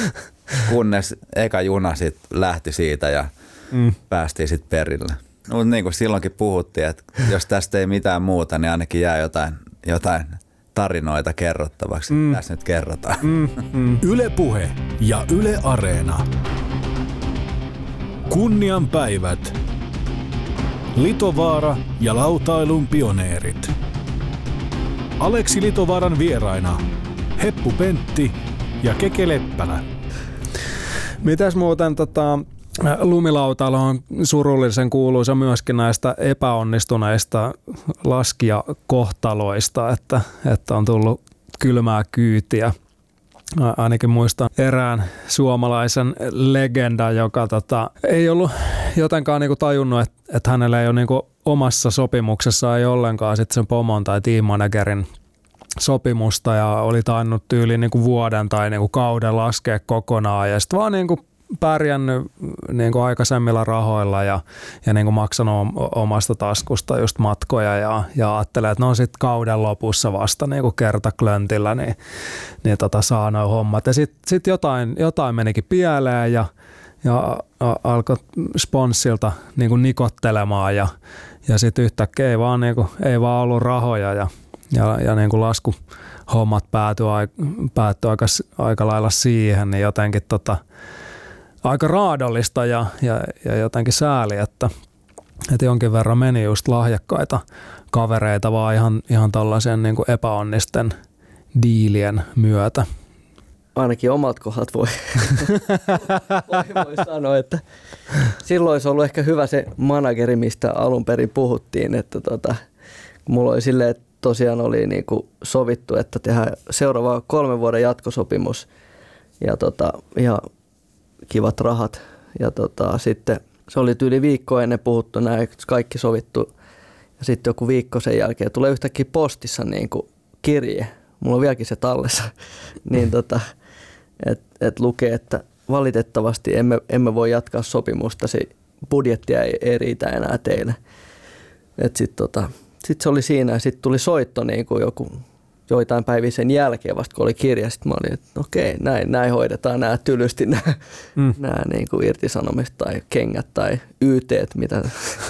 kunnes eka juna sit lähti siitä ja mm. päästiin sitten perille. Mutta niin kuin silloinkin puhuttiin, että jos tästä ei mitään muuta, niin ainakin jää jotain, jotain tarinoita kerrottavaksi. Mm. Tässä nyt kerrotaan. Mm. Mm. Yle Puhe ja Yle Areena. Kunnian päivät. Litovaara ja lautailun pioneerit. Aleksi Litovaaran vieraina Heppu Pentti ja Keke Leppälä. Mitäs muuten tota, lumilautailu on surullisen kuuluisa myöskin näistä epäonnistuneista laskijakohtaloista, että, että on tullut kylmää kyytiä. Ainakin muistan erään suomalaisen legendan, joka tota, ei ollut jotenkaan niinku tajunnut, että, että hänellä ei ole niinku omassa sopimuksessa ei ollenkaan sit sen pomon tai teammanagerin sopimusta ja oli tainnut tyyliin niinku vuoden tai niinku kauden laskea kokonaan ja sitten vaan niinku pärjännyt niinku aikaisemmilla rahoilla ja, ja niinku maksanut omasta taskusta just matkoja ja, ja ajattelee, että no sit kauden lopussa vasta niinku kertaklöntillä niin, niin tota saa nuo hommat. Ja sitten sit jotain, jotain menikin pieleen ja, ja alkoi sponssilta niinku nikottelemaan ja, ja sitten yhtäkkiä ei vaan, niinku, ei vaan ollut rahoja ja, ja, ja niinku laskuhommat päätyi, päätyi aika, aika lailla siihen, niin jotenkin tota, aika raadollista ja, ja, ja jotenkin sääli, että, että jonkin verran meni just lahjakkaita kavereita vaan ihan, ihan tällaisen niin kuin epäonnisten diilien myötä. Ainakin omat kohdat voi, voi, voi sanoa, että silloin olisi ollut ehkä hyvä se manageri, mistä alun perin puhuttiin, että tota, mulla oli silleen, että tosiaan oli niin kuin sovittu, että tehdään seuraava kolmen vuoden jatkosopimus ja tota, ihan kivat rahat. Ja tota, sitten se oli tyyli viikko ennen puhuttu näin, kaikki sovittu. Ja sitten joku viikko sen jälkeen tulee yhtäkkiä postissa niin kuin kirje. Mulla on vieläkin se tallessa. niin tota, että et lukee, että valitettavasti emme, emme voi jatkaa sopimusta. Se budjettia ei, ei riitä enää teille. Sitten tota, sit se oli siinä ja sitten tuli soitto niin kuin joku joitain päiviä sen jälkeen vasta kun oli kirja, sitten mä olin, että okei, näin, näin hoidetaan nämä tylysti nämä, mm. nämä niin kuin irtisanomiset tai kengät tai Y T:t, mitä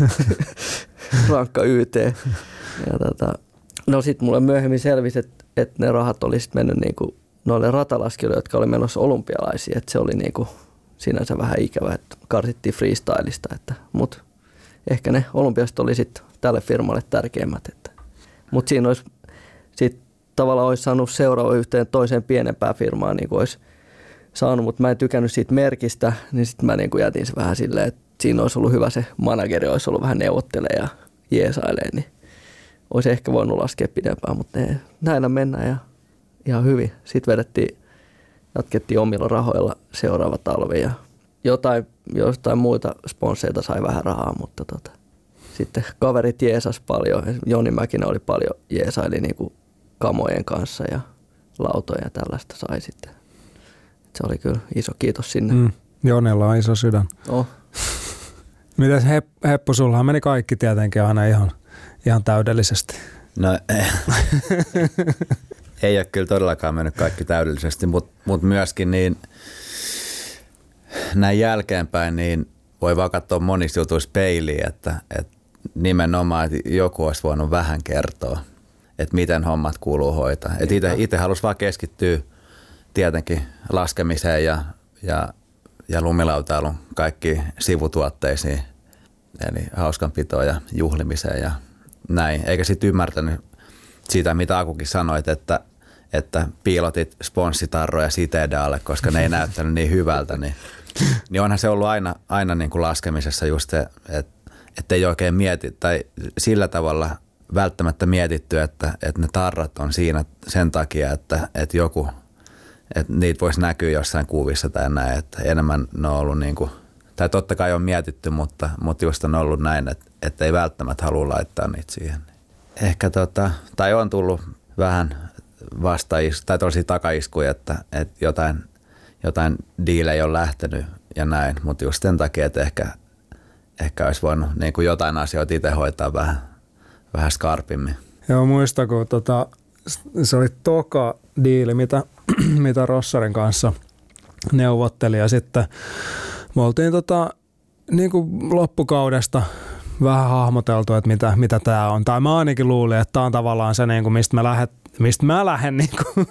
rankka Y T. Ja tota, no sitten mulle myöhemmin selvisi, että, että ne rahat oli sitten mennyt niin kuin noille ratalaskijoille, jotka oli menossa olympialaisiin, että se oli niin kuin sinänsä vähän ikävä, että karsittiin freestylista, että, mutta ehkä ne olympialaiset oli sitten tälle firmalle tärkeimmät. Että, mutta siinä olisi sitten tavallaan olisi saanut seuraava yhteen toiseen pienempään firmaan, niin kuin olisi saanut, mutta mä en tykännyt siitä merkistä, niin sitten mä niin kuin jätin se vähän silleen, että siinä olisi ollut hyvä se manageri, olisi ollut vähän neuvottelee ja jeesailee, niin olisi ehkä voinut laskea pidempään, mutta ne, näillä mennään ja ihan hyvin. Sitten vedettiin, jatkettiin omilla rahoilla seuraava talvi ja jotain, jostain muita sponsseita sai vähän rahaa, mutta tota, sitten kaverit jeesas paljon. Joni Mäkinen oli paljon jeesaili niin kuin kamojen kanssa ja lautoja ja tällaista sai sitten. Se oli kyllä iso kiitos sinne. Mm. Jonella on iso sydän. Oh. Mites Hep- Heppu, sullahan meni kaikki tietenkin aina ihan, ihan täydellisesti. No ei ole kyllä todellakaan mennyt kaikki täydellisesti, mutta mut myöskin niin näin jälkeenpäin niin voi vaan katsoa monissa jutuissa peiliin, että, että nimenomaan että joku olisi voinut vähän kertoa, että miten hommat kuuluu hoitaa. Että itse halusi vaan keskittyä tietenkin laskemiseen ja, ja, ja lumilautailun kaikkiin sivutuotteisiin, eli hauskanpitoon ja juhlimiseen ja näin. Eikä sitten ymmärtänyt sitä, mitä Akukin sanoit, että, että piilotit sponssitarroja siteiden alle, koska ne ei näyttänyt niin hyvältä. Niin, niin onhan se ollut aina, aina niin kuin laskemisessa just se, että, että ei oikein mieti, tai sillä tavalla välttämättä mietitty, että, että ne tarrat on siinä sen takia, että, että joku, että niitä voisi näkyä jossain kuvissa tai näin, että enemmän ne on ollut niin kuin, tai totta kai on mietitty, mutta, mutta just on ollut näin, että, että ei välttämättä halua laittaa niitä siihen. Ehkä tota, tai on tullut vähän vastaiskuja tai tosi takaiskuja, että, että jotain, jotain diilejä on lähtenyt ja näin, mutta just sen takia, että ehkä, ehkä olisi voinut niin kuin jotain asioita itse hoitaa vähän, vähän skarpimmin. Joo, muista, kun tota, se oli toka diili, mitä, mitä Rossarin kanssa neuvotteli ja sitten me oltiin tota, niin kuin loppukaudesta vähän hahmoteltu, että mitä, mitä tämä on. Tai mä ainakin luulin, että tämä on tavallaan se, niin kuin mistä mä lähden, mistä mä lähden niin kuin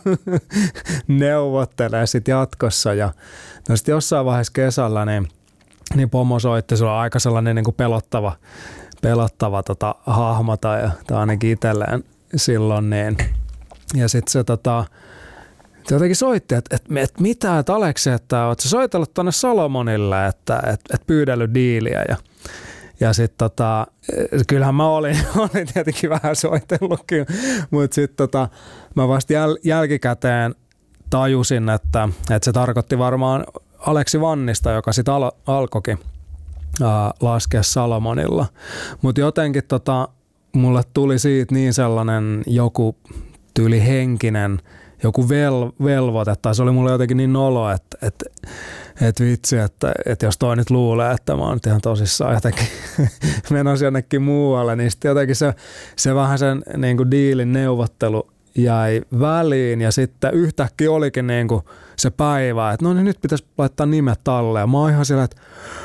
neuvottelemaan sit jatkossa. Ja no sitten jossain vaiheessa kesällä niin, niin pomo soitti, sulla on aika sellainen niin kuin pelottava, pelottava tota, hahmo tai, tai ainakin itselleen silloin. Niin. Ja sitten se tota, se jotenkin soitti, että, että, että mitä, että Aleksi, että ootko soitellut tuonne Salomonille, että, että, että pyydellyt diiliä ja Ja sitten tota, kyllähän mä olin, olin tietenkin vähän soitellutkin, mutta sitten tota, mä vasta jäl, jälkikäteen tajusin, että, että se tarkoitti varmaan Aleksi Vannista, joka sitten al, alkoikin ää, laskea Salomonilla. Mutta jotenkin tota, mulle tuli siitä niin sellainen joku tyyli henkinen, joku vel, velvoite, tai se oli mulle jotenkin niin nolo, että, että, että vitsi, että, että jos toi nyt luulee, että mä oon nyt ihan tosissaan jotenkin menossa jonnekin muualle, niin sitten jotenkin se, se vähän sen niin kuin diilin neuvottelu jäi väliin ja sitten yhtäkkiä olikin niin kuin se päivä, että no niin nyt pitäisi laittaa nimet alle ja mä oon ihan sillä, että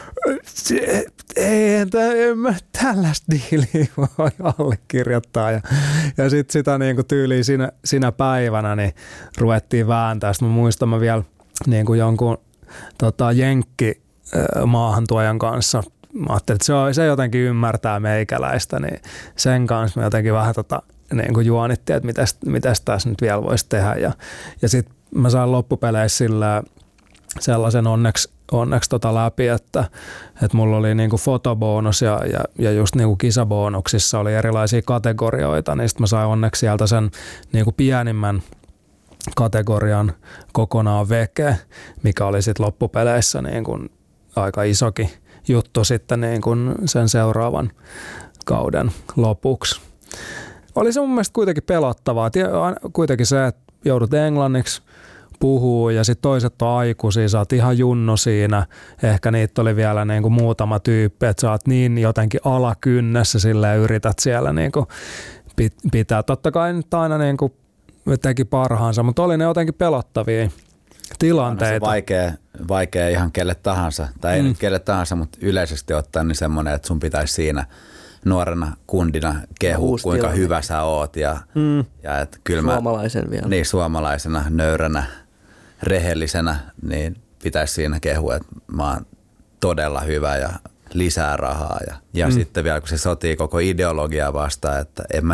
ei, en mä tällaista diiliä voi allekirjoittaa. Ja, ja sitten sitä niinku tyyliä siinä, siinä päivänä niin ruvettiin vääntää. Sitten mä muistan mä vielä niinku jonkun tota, jenkki maahantuojan kanssa. Mä ajattelin, että se, on, se jotenkin ymmärtää meikäläistä, niin sen kanssa me jotenkin vähän tota, niinku juonittiin, että mitäs, mitäs tässä nyt vielä voisi tehdä. Ja, ja sitten mä sain loppupeleissä sillä sellaisen onneksi onneksi tota läpi, että, että mulla oli niinku fotobonus ja, ja, ja just niinku kisabonuksissa oli erilaisia kategorioita, niin sitten mä sain onneksi sieltä sen niinku pienimmän kategorian kokonaan veke, mikä oli sitten loppupeleissä niinku aika isokin juttu sitten niinku sen seuraavan kauden lopuksi. Oli se mun mielestä kuitenkin pelottavaa. Kuitenkin se, että joudut englanniksi puhuu ja sitten toiset on aikuisia, sä oot ihan junnu siinä, ehkä niitä oli vielä niinku muutama tyyppi, että sä oot niin jotenkin alakynnessä silleen yrität siellä niinku pitää. Totta kai nyt aina niinku teki parhaansa, mutta oli ne jotenkin pelottavia tilanteita. On se vaikea, vaikea ihan kelle tahansa, tai ei mm. nyt kelle tahansa, mutta yleisesti ottaen niin semmoinen, että sun pitäisi siinä nuorena kundina kehu, Uusi kuinka tilanne. Hyvä sä oot ja, mm. ja et kyllä suomalaisen mä, vielä. Niin, suomalaisena, nöyränä, rehellisenä, niin pitäisi siinä kehua, että mä oon todella hyvä ja lisää rahaa. Ja, ja mm. sitten vielä kun se sotii koko ideologiaa vastaan, että en mä niinku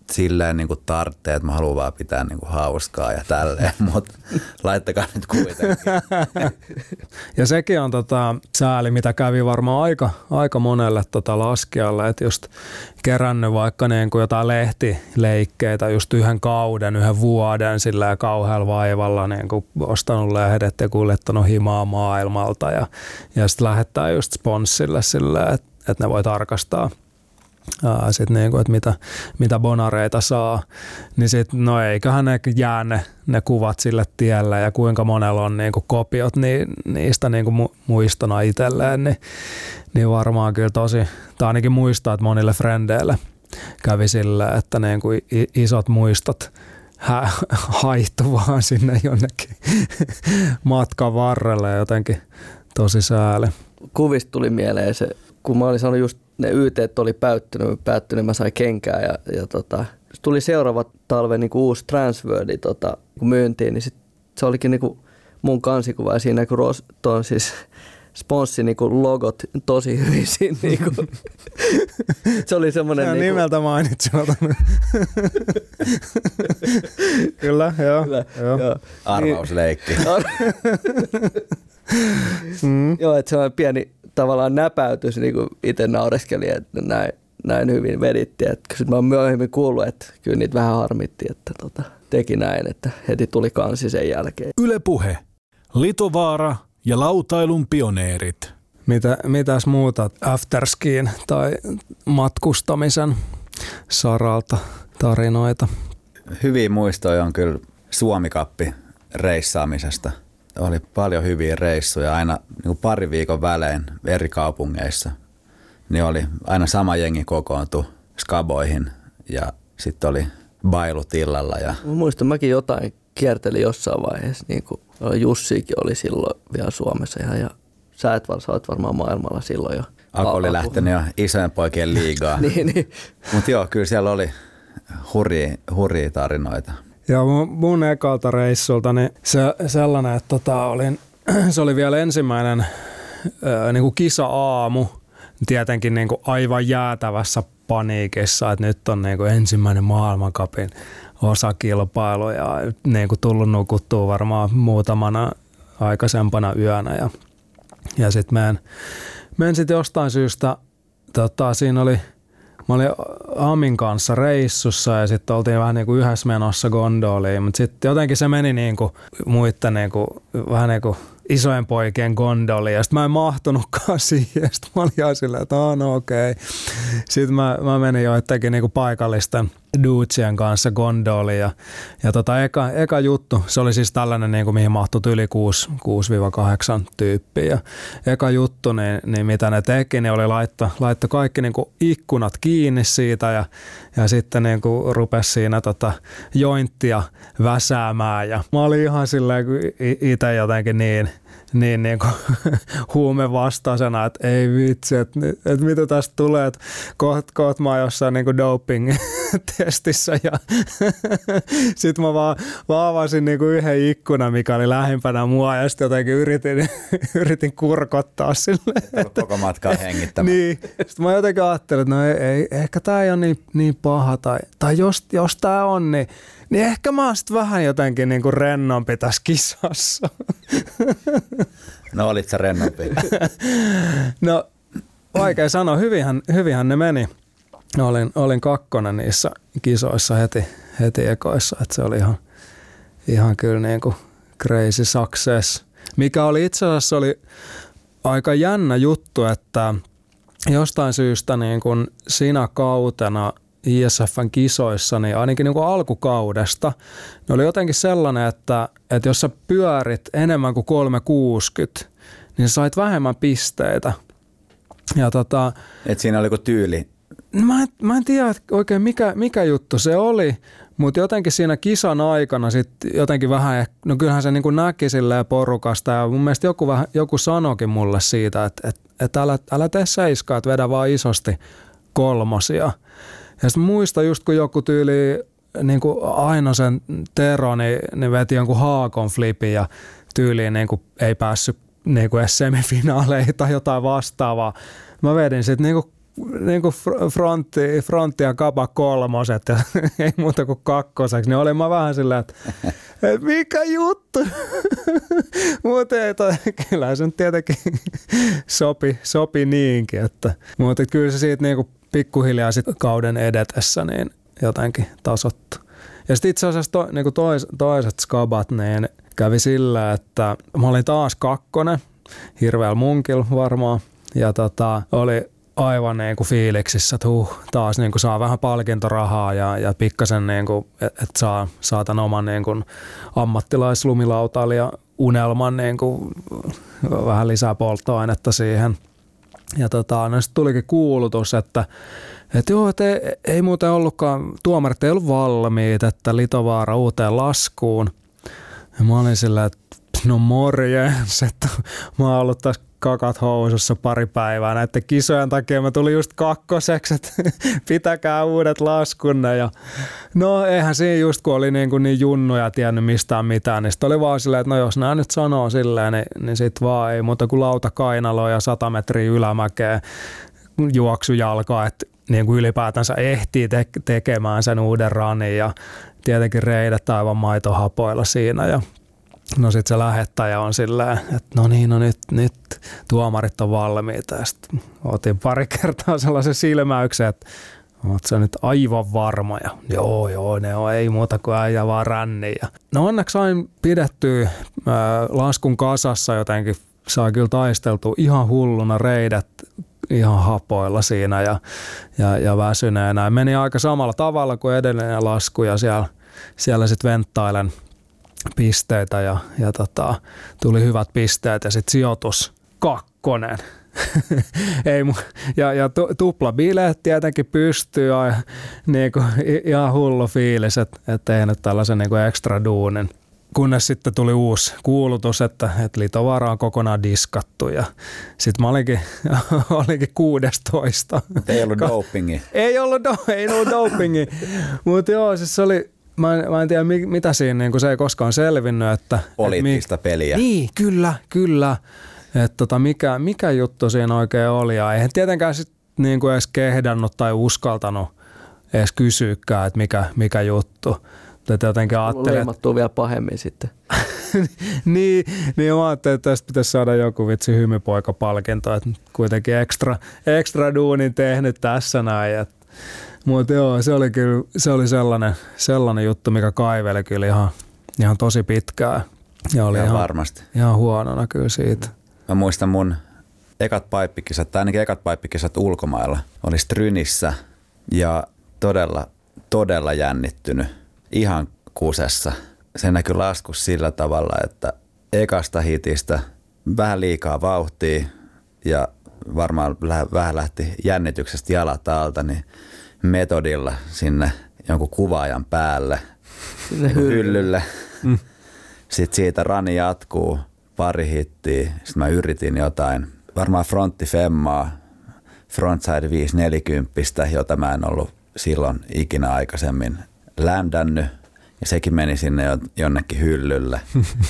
silleen niin kuin tarvitsee, että mä haluan vaan pitää niin kuin hauskaa ja tälleen, mutta laittakaa nyt kuitenkin. Ja sekin on tota sääli, mitä kävi varmaan aika, aika monelle tota laskijalle, että just kerännyt vaikka niin kuin jotain lehtileikkeitä just yhden kauden, yhden vuoden sillä kauhealla vaivalla, niin kuin ostanut lehdet ja kuljettanut himaa maailmalta ja, ja sitten lähettää just sponssille silleen, että, että ne voi tarkastaa. Sitten niinku, että mitä, mitä bonareita saa, niin sitten no eiköhän ne jää ne, ne kuvat sille tielle ja kuinka monella on niinku kopiot niin, niistä niinku mu, muistona itselleen, niin, niin varmaan kyllä tosi, tai ainakin muistaa, että monille frendeille kävi silleen, että niinku isot muistot hä, haihtu vaan sinne jonnekin matkan varrelle jotenkin tosi sääli. Kuvista tuli mieleen se, kun mä olin sanonut just ne Y T:t oli päättynyt, päättynyt, mä sain kenkää ja, ja tota, tuli seuraava talve niin kuin uusi Transwordi tota, myyntiin, niin sit se olikin niin kuin mun kansikuva ja siinä kun Ros, ton siis sponssi niin kuin logot tosi hyvin siinä. Niin kuin. Se oli semmoinen... Ja niin nimeltä kuin... mainitsin. Kyllä, joo. Kyllä, joo. joo. Arvausleikki. mm. Joo, että se on pieni tavallaan näpäytys, niin kuin itse naureskeli, että näin, näin hyvin veditti. Sitten mä oon myöhemmin kuullut, että kyllä niitä vähän harmitti, että tota, teki näin, että heti tuli kansi sen jälkeen. Yle Puhe. Litovaara ja lautailun pioneerit. Mitä, mitäs muuta afterskiin tai matkustamisen saralta tarinoita? Hyviä muistoja on kyllä Suomi-kappi reissaamisesta. Oli paljon hyviä reissuja aina niin pari viikon välein eri kaupungeissa. Niin oli aina sama jengi kokoontui skaboihin ja sitten oli bailut illalla. Ja... Mä muistan, mäkin jotain kiertelin jossain vaiheessa. Niin kuin Jussikin oli silloin vielä Suomessa ihan, ja sä et var, sä olet varmaan maailmalla silloin jo. Aku oli lähtenyt jo isojen poikien liigaa. niin, niin. Mutta joo, kyllä siellä oli hurjia, hurjia tarinoita. Ja mun, mun ekalta reissulta niin se, sellainen, että tota, olin, se oli vielä ensimmäinen ää, niin kuin kisa-aamu, tietenkin niin kuin aivan jäätävässä paniikissa, että nyt on niin kuin ensimmäinen maailmancupin osakilpailu ja niin kuin tullut nukuttua varmaan muutamana aikaisempana yönä. Ja, ja sitten menen, menen sitten jostain syystä, tota, siinä oli... Mä olin Amin kanssa reissussa ja sitten oltiin vähän niin kuin yhdessä menossa gondoliin, mutta sitten jotenkin se meni niin kuin muiden niin kuin, vähän niin kuin isojen poikien gondoliin ja sitten mä en mahtunutkaan siihen. Sitten mä olin ihan silleen, että aah, no okei. Sitten mä, mä menin joidenkin niin kuin paikallisten duutsien kanssa gondoliin ja, ja tota eka, eka juttu, se oli siis tällainen, niin kuin, mihin mahtui yli kuusi kahdeksan tyyppiä. Ja eka juttu, niin, niin mitä ne teki, niin oli laittaa laitto kaikki niin kuin ikkunat kiinni siitä ja, ja sitten niin kuin rupesi siinä tota jointtia väsäämään. Ja mä olin ihan silleen itse jotenkin niin, niin, niin kuin huumevastaisena, että ei vitsi, että, että mitä tästä tulee, että kohta koht mä oon jossain niin kuin doping-testissä ja sitten mä vaan, vaan avasin niin kuin yhden ikkunan, mikä oli lähempänä mua ja sitten jotenkin yritin, yritin kurkottaa silleen. Että... Koko matkaa hengittämään. Niin, sitten mä jotenkin ajattelin, että no ei, ei, ehkä tää ei ole niin, niin paha tai, tai jos, jos tää on, niin Niin ehkä mä oon sit vähän jotenkin niinku rennompi tässä kisassa. No olit sä rennompi? No vaikea sanoa. Hyvinhän, hyvinhän ne meni. Olin, olin kakkonen niissä kisoissa heti, heti ekoissa. Et se oli ihan, ihan kyllä niinku crazy success. Mikä oli itse asiassa oli aika jännä juttu, että jostain syystä niin kun siinä kautena I S F:n kisoissa, niin ainakin niin kuin alkukaudesta, ne oli jotenkin sellainen, että, että jos sä pyörit enemmän kuin kolme kuusikymmentä, niin sä sait vähemmän pisteitä. Ja tota, et siinä oli joku tyyli? Mä en, mä en tiedä oikein mikä, mikä juttu se oli, mutta jotenkin siinä kisan aikana sitten jotenkin vähän, no kyllähän se niin kuin näki silleen porukasta ja mun mielestä joku, vähän, joku sanoikin mulle siitä, että, että, että älä, älä tee seiskaa, että vedä vaan isosti kolmosia. Ja sitten muista just kun joku tyyli niin kuin Ainosen Tero, niin, niin veti jonkun haakon flipin ja tyyliin niin kuin ei päässyt niin kuin edes semifinaaleihin tai jotain vastaavaa. Mä vedin sitten niin kuin niinku frontti, frontti ja kapa kolmoset ja ei muuta kuin kakkoseksi, niin olin mä vähän silleen, että et mikä juttu? Mutta kyllä se nyt tietenkin sopi, sopi niinkin, että, mutta kyllä se siitä niinku pikkuhiljaa sit kauden edetessä niin jotenkin tasottu. Ja sitten itse asiassa to, niinku tois, toiset skabat niin kävi sillä, että mä olin taas kakkonen, hirveällä munkilla varmaan, ja tota, oli aivan niinku fiiliksissä, että huh, taas niinku saa vähän palkintorahaa ja, ja pikkasen, niinku, että et saa, saa tämän oman niinku ammattilaislumilautailija unelman niinku, vähän lisää polttoainetta siihen. Ja tota, no sitten tulikin kuulutus, että et joo, et ei, ei muuten ollutkaan, tuomarit ei ollut valmiit, että Litovaara uuteen laskuun. Ja mä olin sillä, että no morjens, että mä oon ollut taas kakat housussa pari päivää näiden kisojen takia. Mä tulin just kakkoseksi, että pitäkää uudet laskunne. Ja no eihän siinä just kun oli niin, kuin niin junnuja ja tiennyt mistään mitään, niin sitten oli vaan silleen, että no jos nämä nyt sanoo silleen, niin, niin sit vaan ei muuta kuin lauta kainaloa ja sata metriä ylämäkeä juoksujalkaa, että niin kuin ylipäätänsä ehtii te- tekemään sen uuden ranin ja tietenkin reidet aivan maitohapoilla siinä ja no sit se lähettäjä on silleen, että no niin, no nyt, nyt tuomarit on valmiita ja sitten otin pari kertaa sellaisen silmäyksen, että oot sä nyt aivan varma ja joo joo ne on, ei muuta kuin äijä vaan ränni. Ja no onneksi sain pidettyä ää, laskun kasassa jotenkin, saa kyllä taisteltua ihan hulluna reidet ihan hapoilla siinä ja, ja, ja väsyneenä. Meni aika samalla tavalla kuin edellinen lasku ja siellä, siellä sitten venttailen pisteitä ja, ja tota, tuli hyvät pisteet ja sitten sijoitus kakkonen. Ei, ja, ja tupla bileet tietenkin pystyy ja niinku, ihan hullu fiilis, että et tein nyt tällaisen niinku ekstra duunin. Kunnes sitten tuli uusi kuulutus, että, että Litovaara on kokonaan diskattu ja sitten mä olinkin, olinkin kuudestoista. Ei ollut dopingi. Ei ollut, do, ei ollut dopingi, mutta joo, siis se oli, mä en, mä en tiedä mitä siinä, niin kun se ei koskaan selvinnyt. Että, poliittista et mi, peliä. Niin, kyllä, kyllä. Että tota, mikä, mikä juttu siinä oikein oli ja eihän tietenkään sit niin kuin edes kehdannut tai uskaltanut edes kysyykään, että mikä, mikä juttu. Että jotenkin ajattelin, leimattuu vielä pahemmin sitten. niin, niin mä ajattelin, että tästä pitäisi saada joku vitsi hymypoikapalkinto, että kuitenkin ekstra, ekstra duunin tehnyt tässä näin. Mutta joo, se oli kyllä se oli sellainen, sellainen juttu, mikä kaiveli kyllä ihan, ihan tosi pitkään. Ja oli ihan, varmasti. Ihan huonona kyllä siitä. Mä muistan mun ekat paippikisat, tai ainakin ekat paippikisat ulkomailla, oli Strynissä ja todella, todella jännittynyt. Ihan kusessa. Se näkyy laskussa sillä tavalla, että ekasta hitistä vähän liikaa vauhtia ja varmaan vähän lähti jännityksestä jalat alta, niin metodilla sinne jonkun kuvaajan päälle, sinne hyllylle. Mm. Sitten siitä rani jatkuu, pari hittiä. Sitten mä yritin jotain, varmaan fronttifemmaa, frontside viisi neljäkymmentä, jota mä en ollut silloin ikinä aikaisemmin ländännyt. Ja sekin meni sinne jonnekin hyllylle.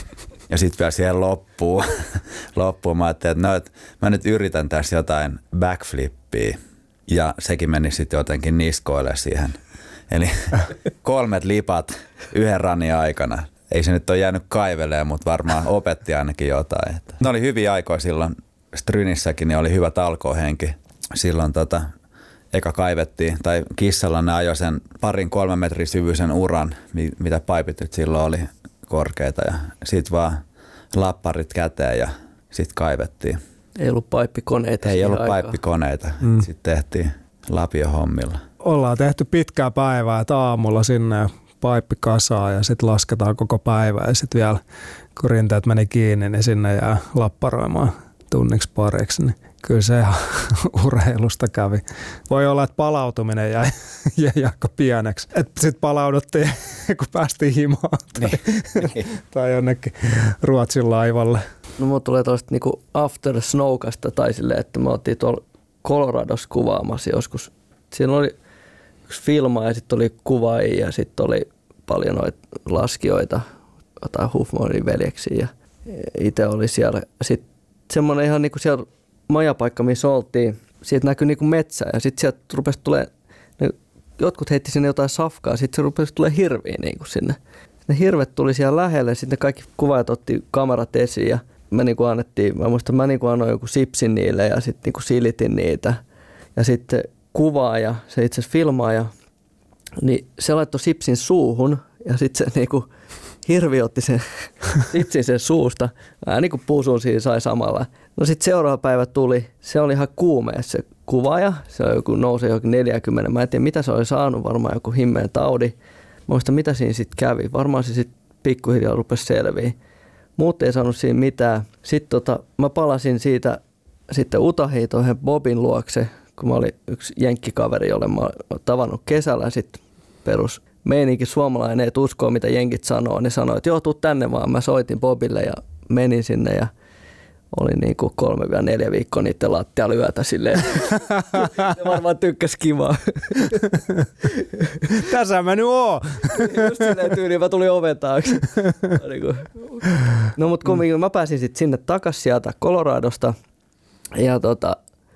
Ja sitten vielä siihen loppuun, loppuun mä ajattelin, että no, et mä nyt yritän tässä jotain backflippiä. Ja sekin meni sitten jotenkin niskoille siihen. Eli kolmet lipat yhden ranin aikana. Ei se nyt ole jäänyt kaivelemaan, mutta varmaan opetti ainakin jotain. Ne oli hyviä aikoja silloin Strynissäkin, niin oli hyvä talkoohenki. Silloin tota, eka kaivettiin, tai kissalla ne ajoi sen parin kolmen metrin syvyisen uran, mitä paipit nyt silloin oli korkeita. Ja sit vaan lapparit käteen ja sit kaivettiin. Ei ollut paippikoneita. Ei ollut aikaa. paippikoneita. Mm. Sitten tehtiin lapiohommilla. Ollaan tehty pitkää päivää, että aamulla sinne paippi kasaan ja sitten lasketaan koko päivä ja sitten vielä kun rinteet meni kiinni, niin sinne jää lapparoimaan tunniksi pariksi. Niin kyllä se urheilusta kävi. Voi olla, että palautuminen jäi, jäi aika pieneksi. Sitten palauduttiin, kun päästiin himaan tai, niin. tai jonnekin Ruotsin laivalle. No mulla tulee tuosta niinku After Snowkasta tai silleen, että me oltiin tuolla Coloradossa kuvaamassa joskus. Siinä oli yksi filma ja sitten oli kuvaajia ja sitten oli paljon noita laskijoita, jotain Huffmanin veljeksiä ja itse oli siellä. Sitten semmoinen ihan niinku siellä majapaikka, missä oltiin, siitä näkyi niinku metsää ja sitten sieltä rupesi tulee, jotkut heitti sinne jotain safkaa, sitten se rupesi tulee hirviä niinku sinne. Ne hirvet tuli siellä lähelle, sitten kaikki kuvaajat otti kamerat esiin ja me niinku annettiin, mä muistan, mä niinku annoin joku sipsin niille ja sitten niinku silitin niitä. Ja sitten kuvaaja, se itse asiassa filmaaja, niin se laittoi sipsin suuhun ja sitten se niinku hirvi otti sen sipsin sen suusta. Ää, niin kuin puusuun siinä sai samalla. No sitten seuraava päivä tuli, se oli ihan kuumeessa se kuvaaja. Se oli joku, nousi johonkin neljäkymmentä. Mä en tiedä mitä se oli saanut, varmaan joku himmeen taudi. Mä muistan mitä siinä sitten kävi. Varmaan se sitten pikkuhiljaa rupesi selviä. Muut ei saanut siinä mitään. Sitten tota, mä palasin siitä sitten Utahiin tuohon Bobin luokse, kun mä olin yksi jenkkikaveri, jolle mä olen tavannut kesällä sitten perus. Meininkin suomalainen ei uskoa, mitä jenkit sanoo. Ne sanoi, että joo, tuu tänne vaan. Mä soitin Bobille ja menin sinne ja olin niin kuin kolme vai neljä viikkoa niiden lattialla yötä silleen. Ne varmaan tykkäs kivaa. Tässä mä nyt oon. Just silleen tyyliin, mä tulin oven taakse. No mut kumminkin mä pääsin sitten sinne takas sieltä Coloradosta. Ja tota,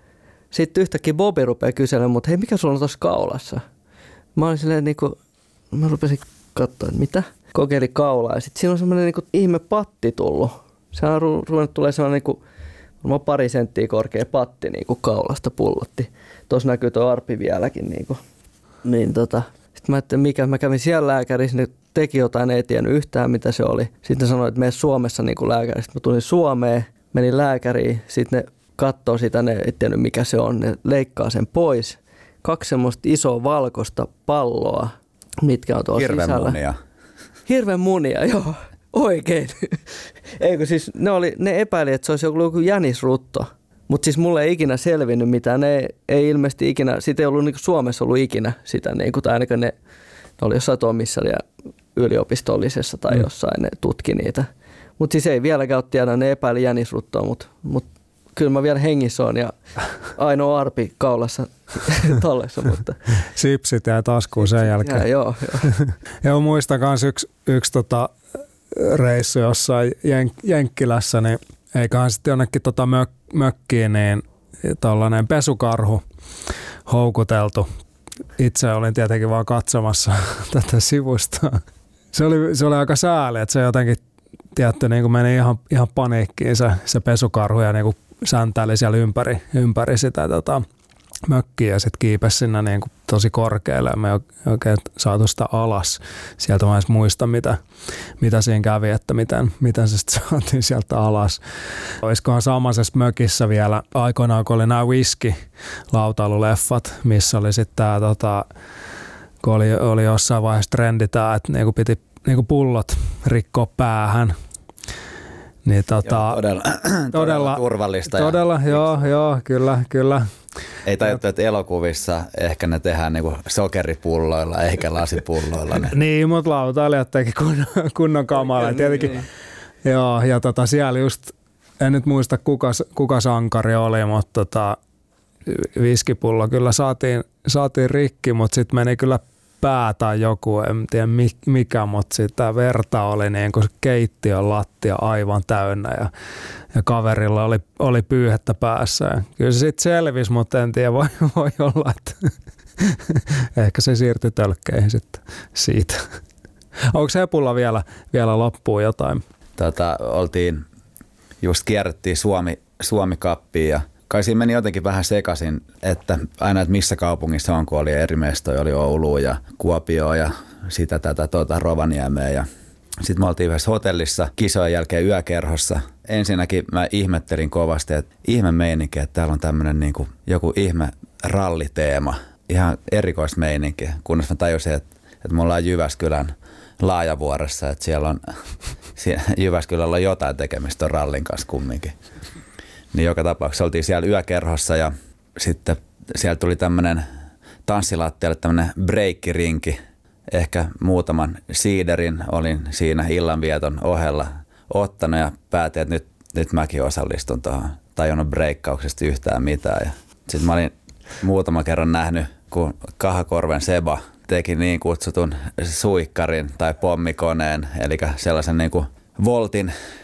sitten yhtäkkiä Bobi rupeaa kyselemään, mutta hei, mikä sulla on tuossa kaulassa? Mä olin silleen niinku, mä rupesin katsoa, että mitä? Kokeili kaulaa ja sitten siinä on semmoinen niinku ihme patti tullut. Se on ru- ruvennut tulee semmoinen niinku, varmaan pari senttiä korkea patti niinku kaulasta pullotti. Tuossa näkyy tuo arpi vieläkin niinku. Niin tota, sitten mä ajattelin, mikä, mä kävin siellä lääkärissä, ne teki jotain, ei tiennyt yhtään mitä se oli. Sitten sanoi, että mene Suomessa niinku lääkärissä. Mä tulin Suomeen, menin lääkäriin, sitten ne katsoo sitä, ne ei tiennyt mikä se on, ne leikkaa sen pois. Kaksi semmoista isoa valkoista palloa, mitkä on tuolla Hirven sisällä. munia. Hirven munia, joo. Oikein. Eikö siis, ne, oli, ne epäili, että se olisi joku jänisrutto. Mutta siis mulle ei ikinä selvinnyt mitään. Ne ei ilmeisesti ikinä, siitä ei ollut niin Suomessa ollut ikinä sitä, niin kuin, tai ainakaan ne, ne oli jossain Tomissa ja yliopistollisessa tai jossain, ne tutki niitä. Mutta siis ei vieläkään ole tiedä, ne epäili jänisruttoa, mutta mut, kyllä mä vielä hengissä on ja ainoa arpi kaulassa tallessa. Mutta. Sipsit jäi taskuun sen jälkeen. Ja, joo, joo. Joo, muistan myös yksi, yksi tota reissu jossain Jenk- Jenkkilässä, niin eiköhän sitten jonnekin tota mök, mökkiin, niin tällainen pesukarhu houkuteltu. Itse olin tietenkin vaan katsomassa tätä sivusta. Se oli, se oli aika sääli, että se jotenkin tiedätte, niin kuin meni ihan, ihan paniikkiin se, se pesukarhu ja niin kuin säntäili siellä ympäri, ympäri sitä tota, mökkiä ja sitten kiipesi sinne niin kuin tosi korkealle ja me ei oikein saatu sitä alas. Sieltä mä en edes muista, mitä, mitä siinä kävi, että miten, miten se sitten saatiin sieltä alas. Olisikohan samaisessa mökissä vielä aikoinaan, kun oli nämä whisky-lautailuleffat, missä oli sitten tämä, tota, kun oli, oli jossain vaiheessa trendi tämä, että niinku piti niinku pullot rikkoa päähän. Niin tota, joo, todella, todella, todella turvallista. Todella, ja joo, joo, kyllä, kyllä. Ei tajuttu, että elokuvissa ehkä ne tehdään niinku sokeripulloilla eikä lasipulloilla. Ne. Niin, mutta lautailijat teki kunnon, kunnon kamala. Tietenkin, niin. Joo, ja tota, siellä just, en nyt muista kuka, kuka sankari oli, mutta tota, viskipullo kyllä saatiin, saatiin rikki, mutta sitten meni kyllä pää tai joku, en tiedä mikä, mutta sitä verta oli niin kuin keittiön lattia aivan täynnä ja, ja kaverilla oli, oli pyyhettä päässä. Ja kyllä se sitten selvisi, mutta en tiedä, voi, voi olla, että ehkä se siirtyi tölkkeihin sitten siitä. Onko Hepulla vielä, vielä loppuun jotain? Tota, oltiin, just kierrettiin Suomi, Suomi-kappiin ja kai siinä meni jotenkin vähän sekaisin, että aina, että missä kaupungissa on, kun oli eri mestoja, oli Oulu ja Kuopio ja sitä tätä tuota, Rovaniemeä. Ja sitten me oltiin yhdessä hotellissa kisojen jälkeen yökerhossa. Ensinnäkin mä ihmettelin kovasti, että ihme meininki, että täällä on tämmöinen niin kuin joku ihme ralliteema. Ihan erikoista meininki, kunnes mä tajusin, että, että me ollaan Jyväskylän Laajavuoressa, että siellä on, Jyväskylällä on jotain tekemistä ton rallin kanssa kumminkin. Niin joka tapauksessa oltiin siellä yökerhossa ja sitten siellä tuli tämmöinen tanssilattialle tämmöinen breikkirinki. Ehkä muutaman siiderin olin siinä illanvieton ohella ottanut ja päätin, että nyt, nyt mäkin osallistun tuohon. Tajunnut breikkauksesta yhtään mitään. Sitten mä olin muutaman kerran nähnyt, kun Kahakorven Seba teki niin kutsutun suikkarin tai pommikoneen, eli sellaisen niin kuin voltin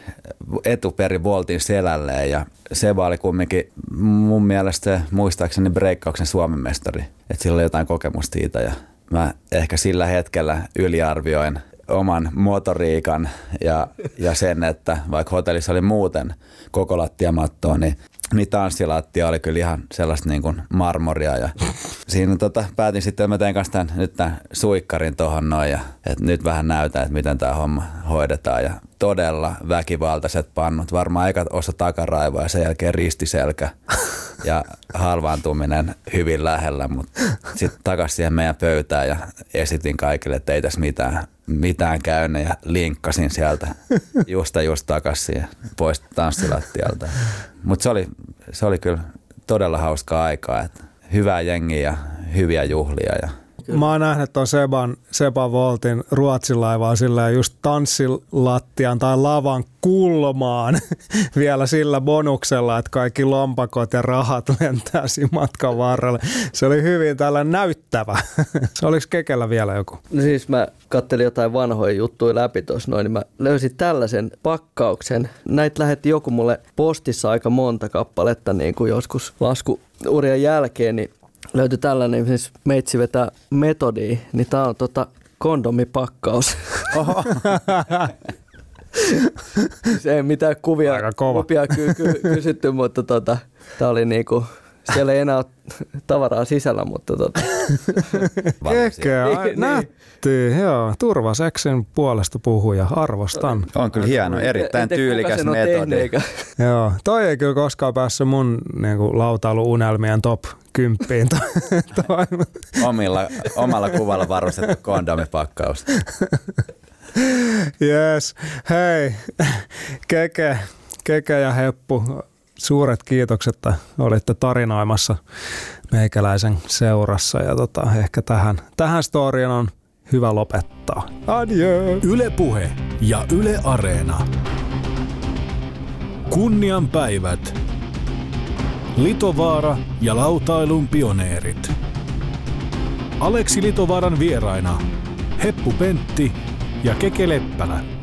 etuperi voltin selälleen ja Seba oli kumminkin mun mielestä muistaakseni breikkauksen Suomen mestari. Että sillä oli jotain kokemusta siitä ja mä ehkä sillä hetkellä yliarvioin oman motoriikan ja, ja sen, että vaikka hotellissa oli muuten koko lattiamattoa, niin, niin tanssilattia oli kyllä ihan sellaista niin kuin marmoria. Ja siinä tota, päätin sitten, että mä teen kanssa tämän, nyt tämän suikkarin tohon noin ja että nyt vähän näytän, että miten tämä homma hoidetaan. Ja todella väkivaltaiset pannut, varmaan eka osa takaraivoa ja sen jälkeen ristiselkä ja halvaantuminen hyvin lähellä, mutta sitten takaisin siihen meidän pöytään ja esitin kaikille, että ei tässä mitään, mitään käynyt ja linkkasin sieltä just just takaisin pois tanssilattialta. Mutta se oli, se oli kyllä todella hauskaa aikaa, että hyvää jengiä ja hyviä juhlia ja Kyllä. Mä oon nähnyt ton Seban, Seban Voltin Ruotsin-laivaa sillä just tanssilattian tai lavan kulmaan vielä sillä bonuksella, että kaikki lompakot ja rahat lentää siinä matkan varrelle. Se oli hyvin tällainen näyttävä. Se oliko Kekellä vielä joku? No siis mä kattelin jotain vanhoja juttuja läpi tuossa noin, niin mä löysin tällaisen pakkauksen. Näitä lähetti joku mulle postissa aika monta kappaletta niin kuin joskus laskuurien jälkeen, niin löytyi tällainen, siis meitsi vetää metodia, niin tää on tota kondomipakkaus. Oho. Se ei mitään kuvia, kuvia ky- ky- kysytty, mutta tota, tää oli niinku, siellä ei enää ole tavaraa sisällä, mutta tota. Kekeä, niin, nätti, joo, turvaseksin puolesta puhuja, arvostan. On kyllä hieno, erittäin tyylikäs metodi. Joo, toi ei kyllä koskaan päässyt mun niinku, lautailuunelmien top kymppiin. Omilla, omalla kuvalla varustettu kondomipakkaus. Yes, hei, Keke, Keke ja Heppu, suuret kiitokset, että olitte tarinoimassa meikäläisen seurassa ja tota, ehkä tähän, tähän storyin on hyvä lopettaa. Adieu! Yle Puhe ja Yle Areena. Kunnian päivät. Litovaara ja lautailun pioneerit. Aleksi Litovaaran vieraina Heppu Pentti ja Keke Leppälä.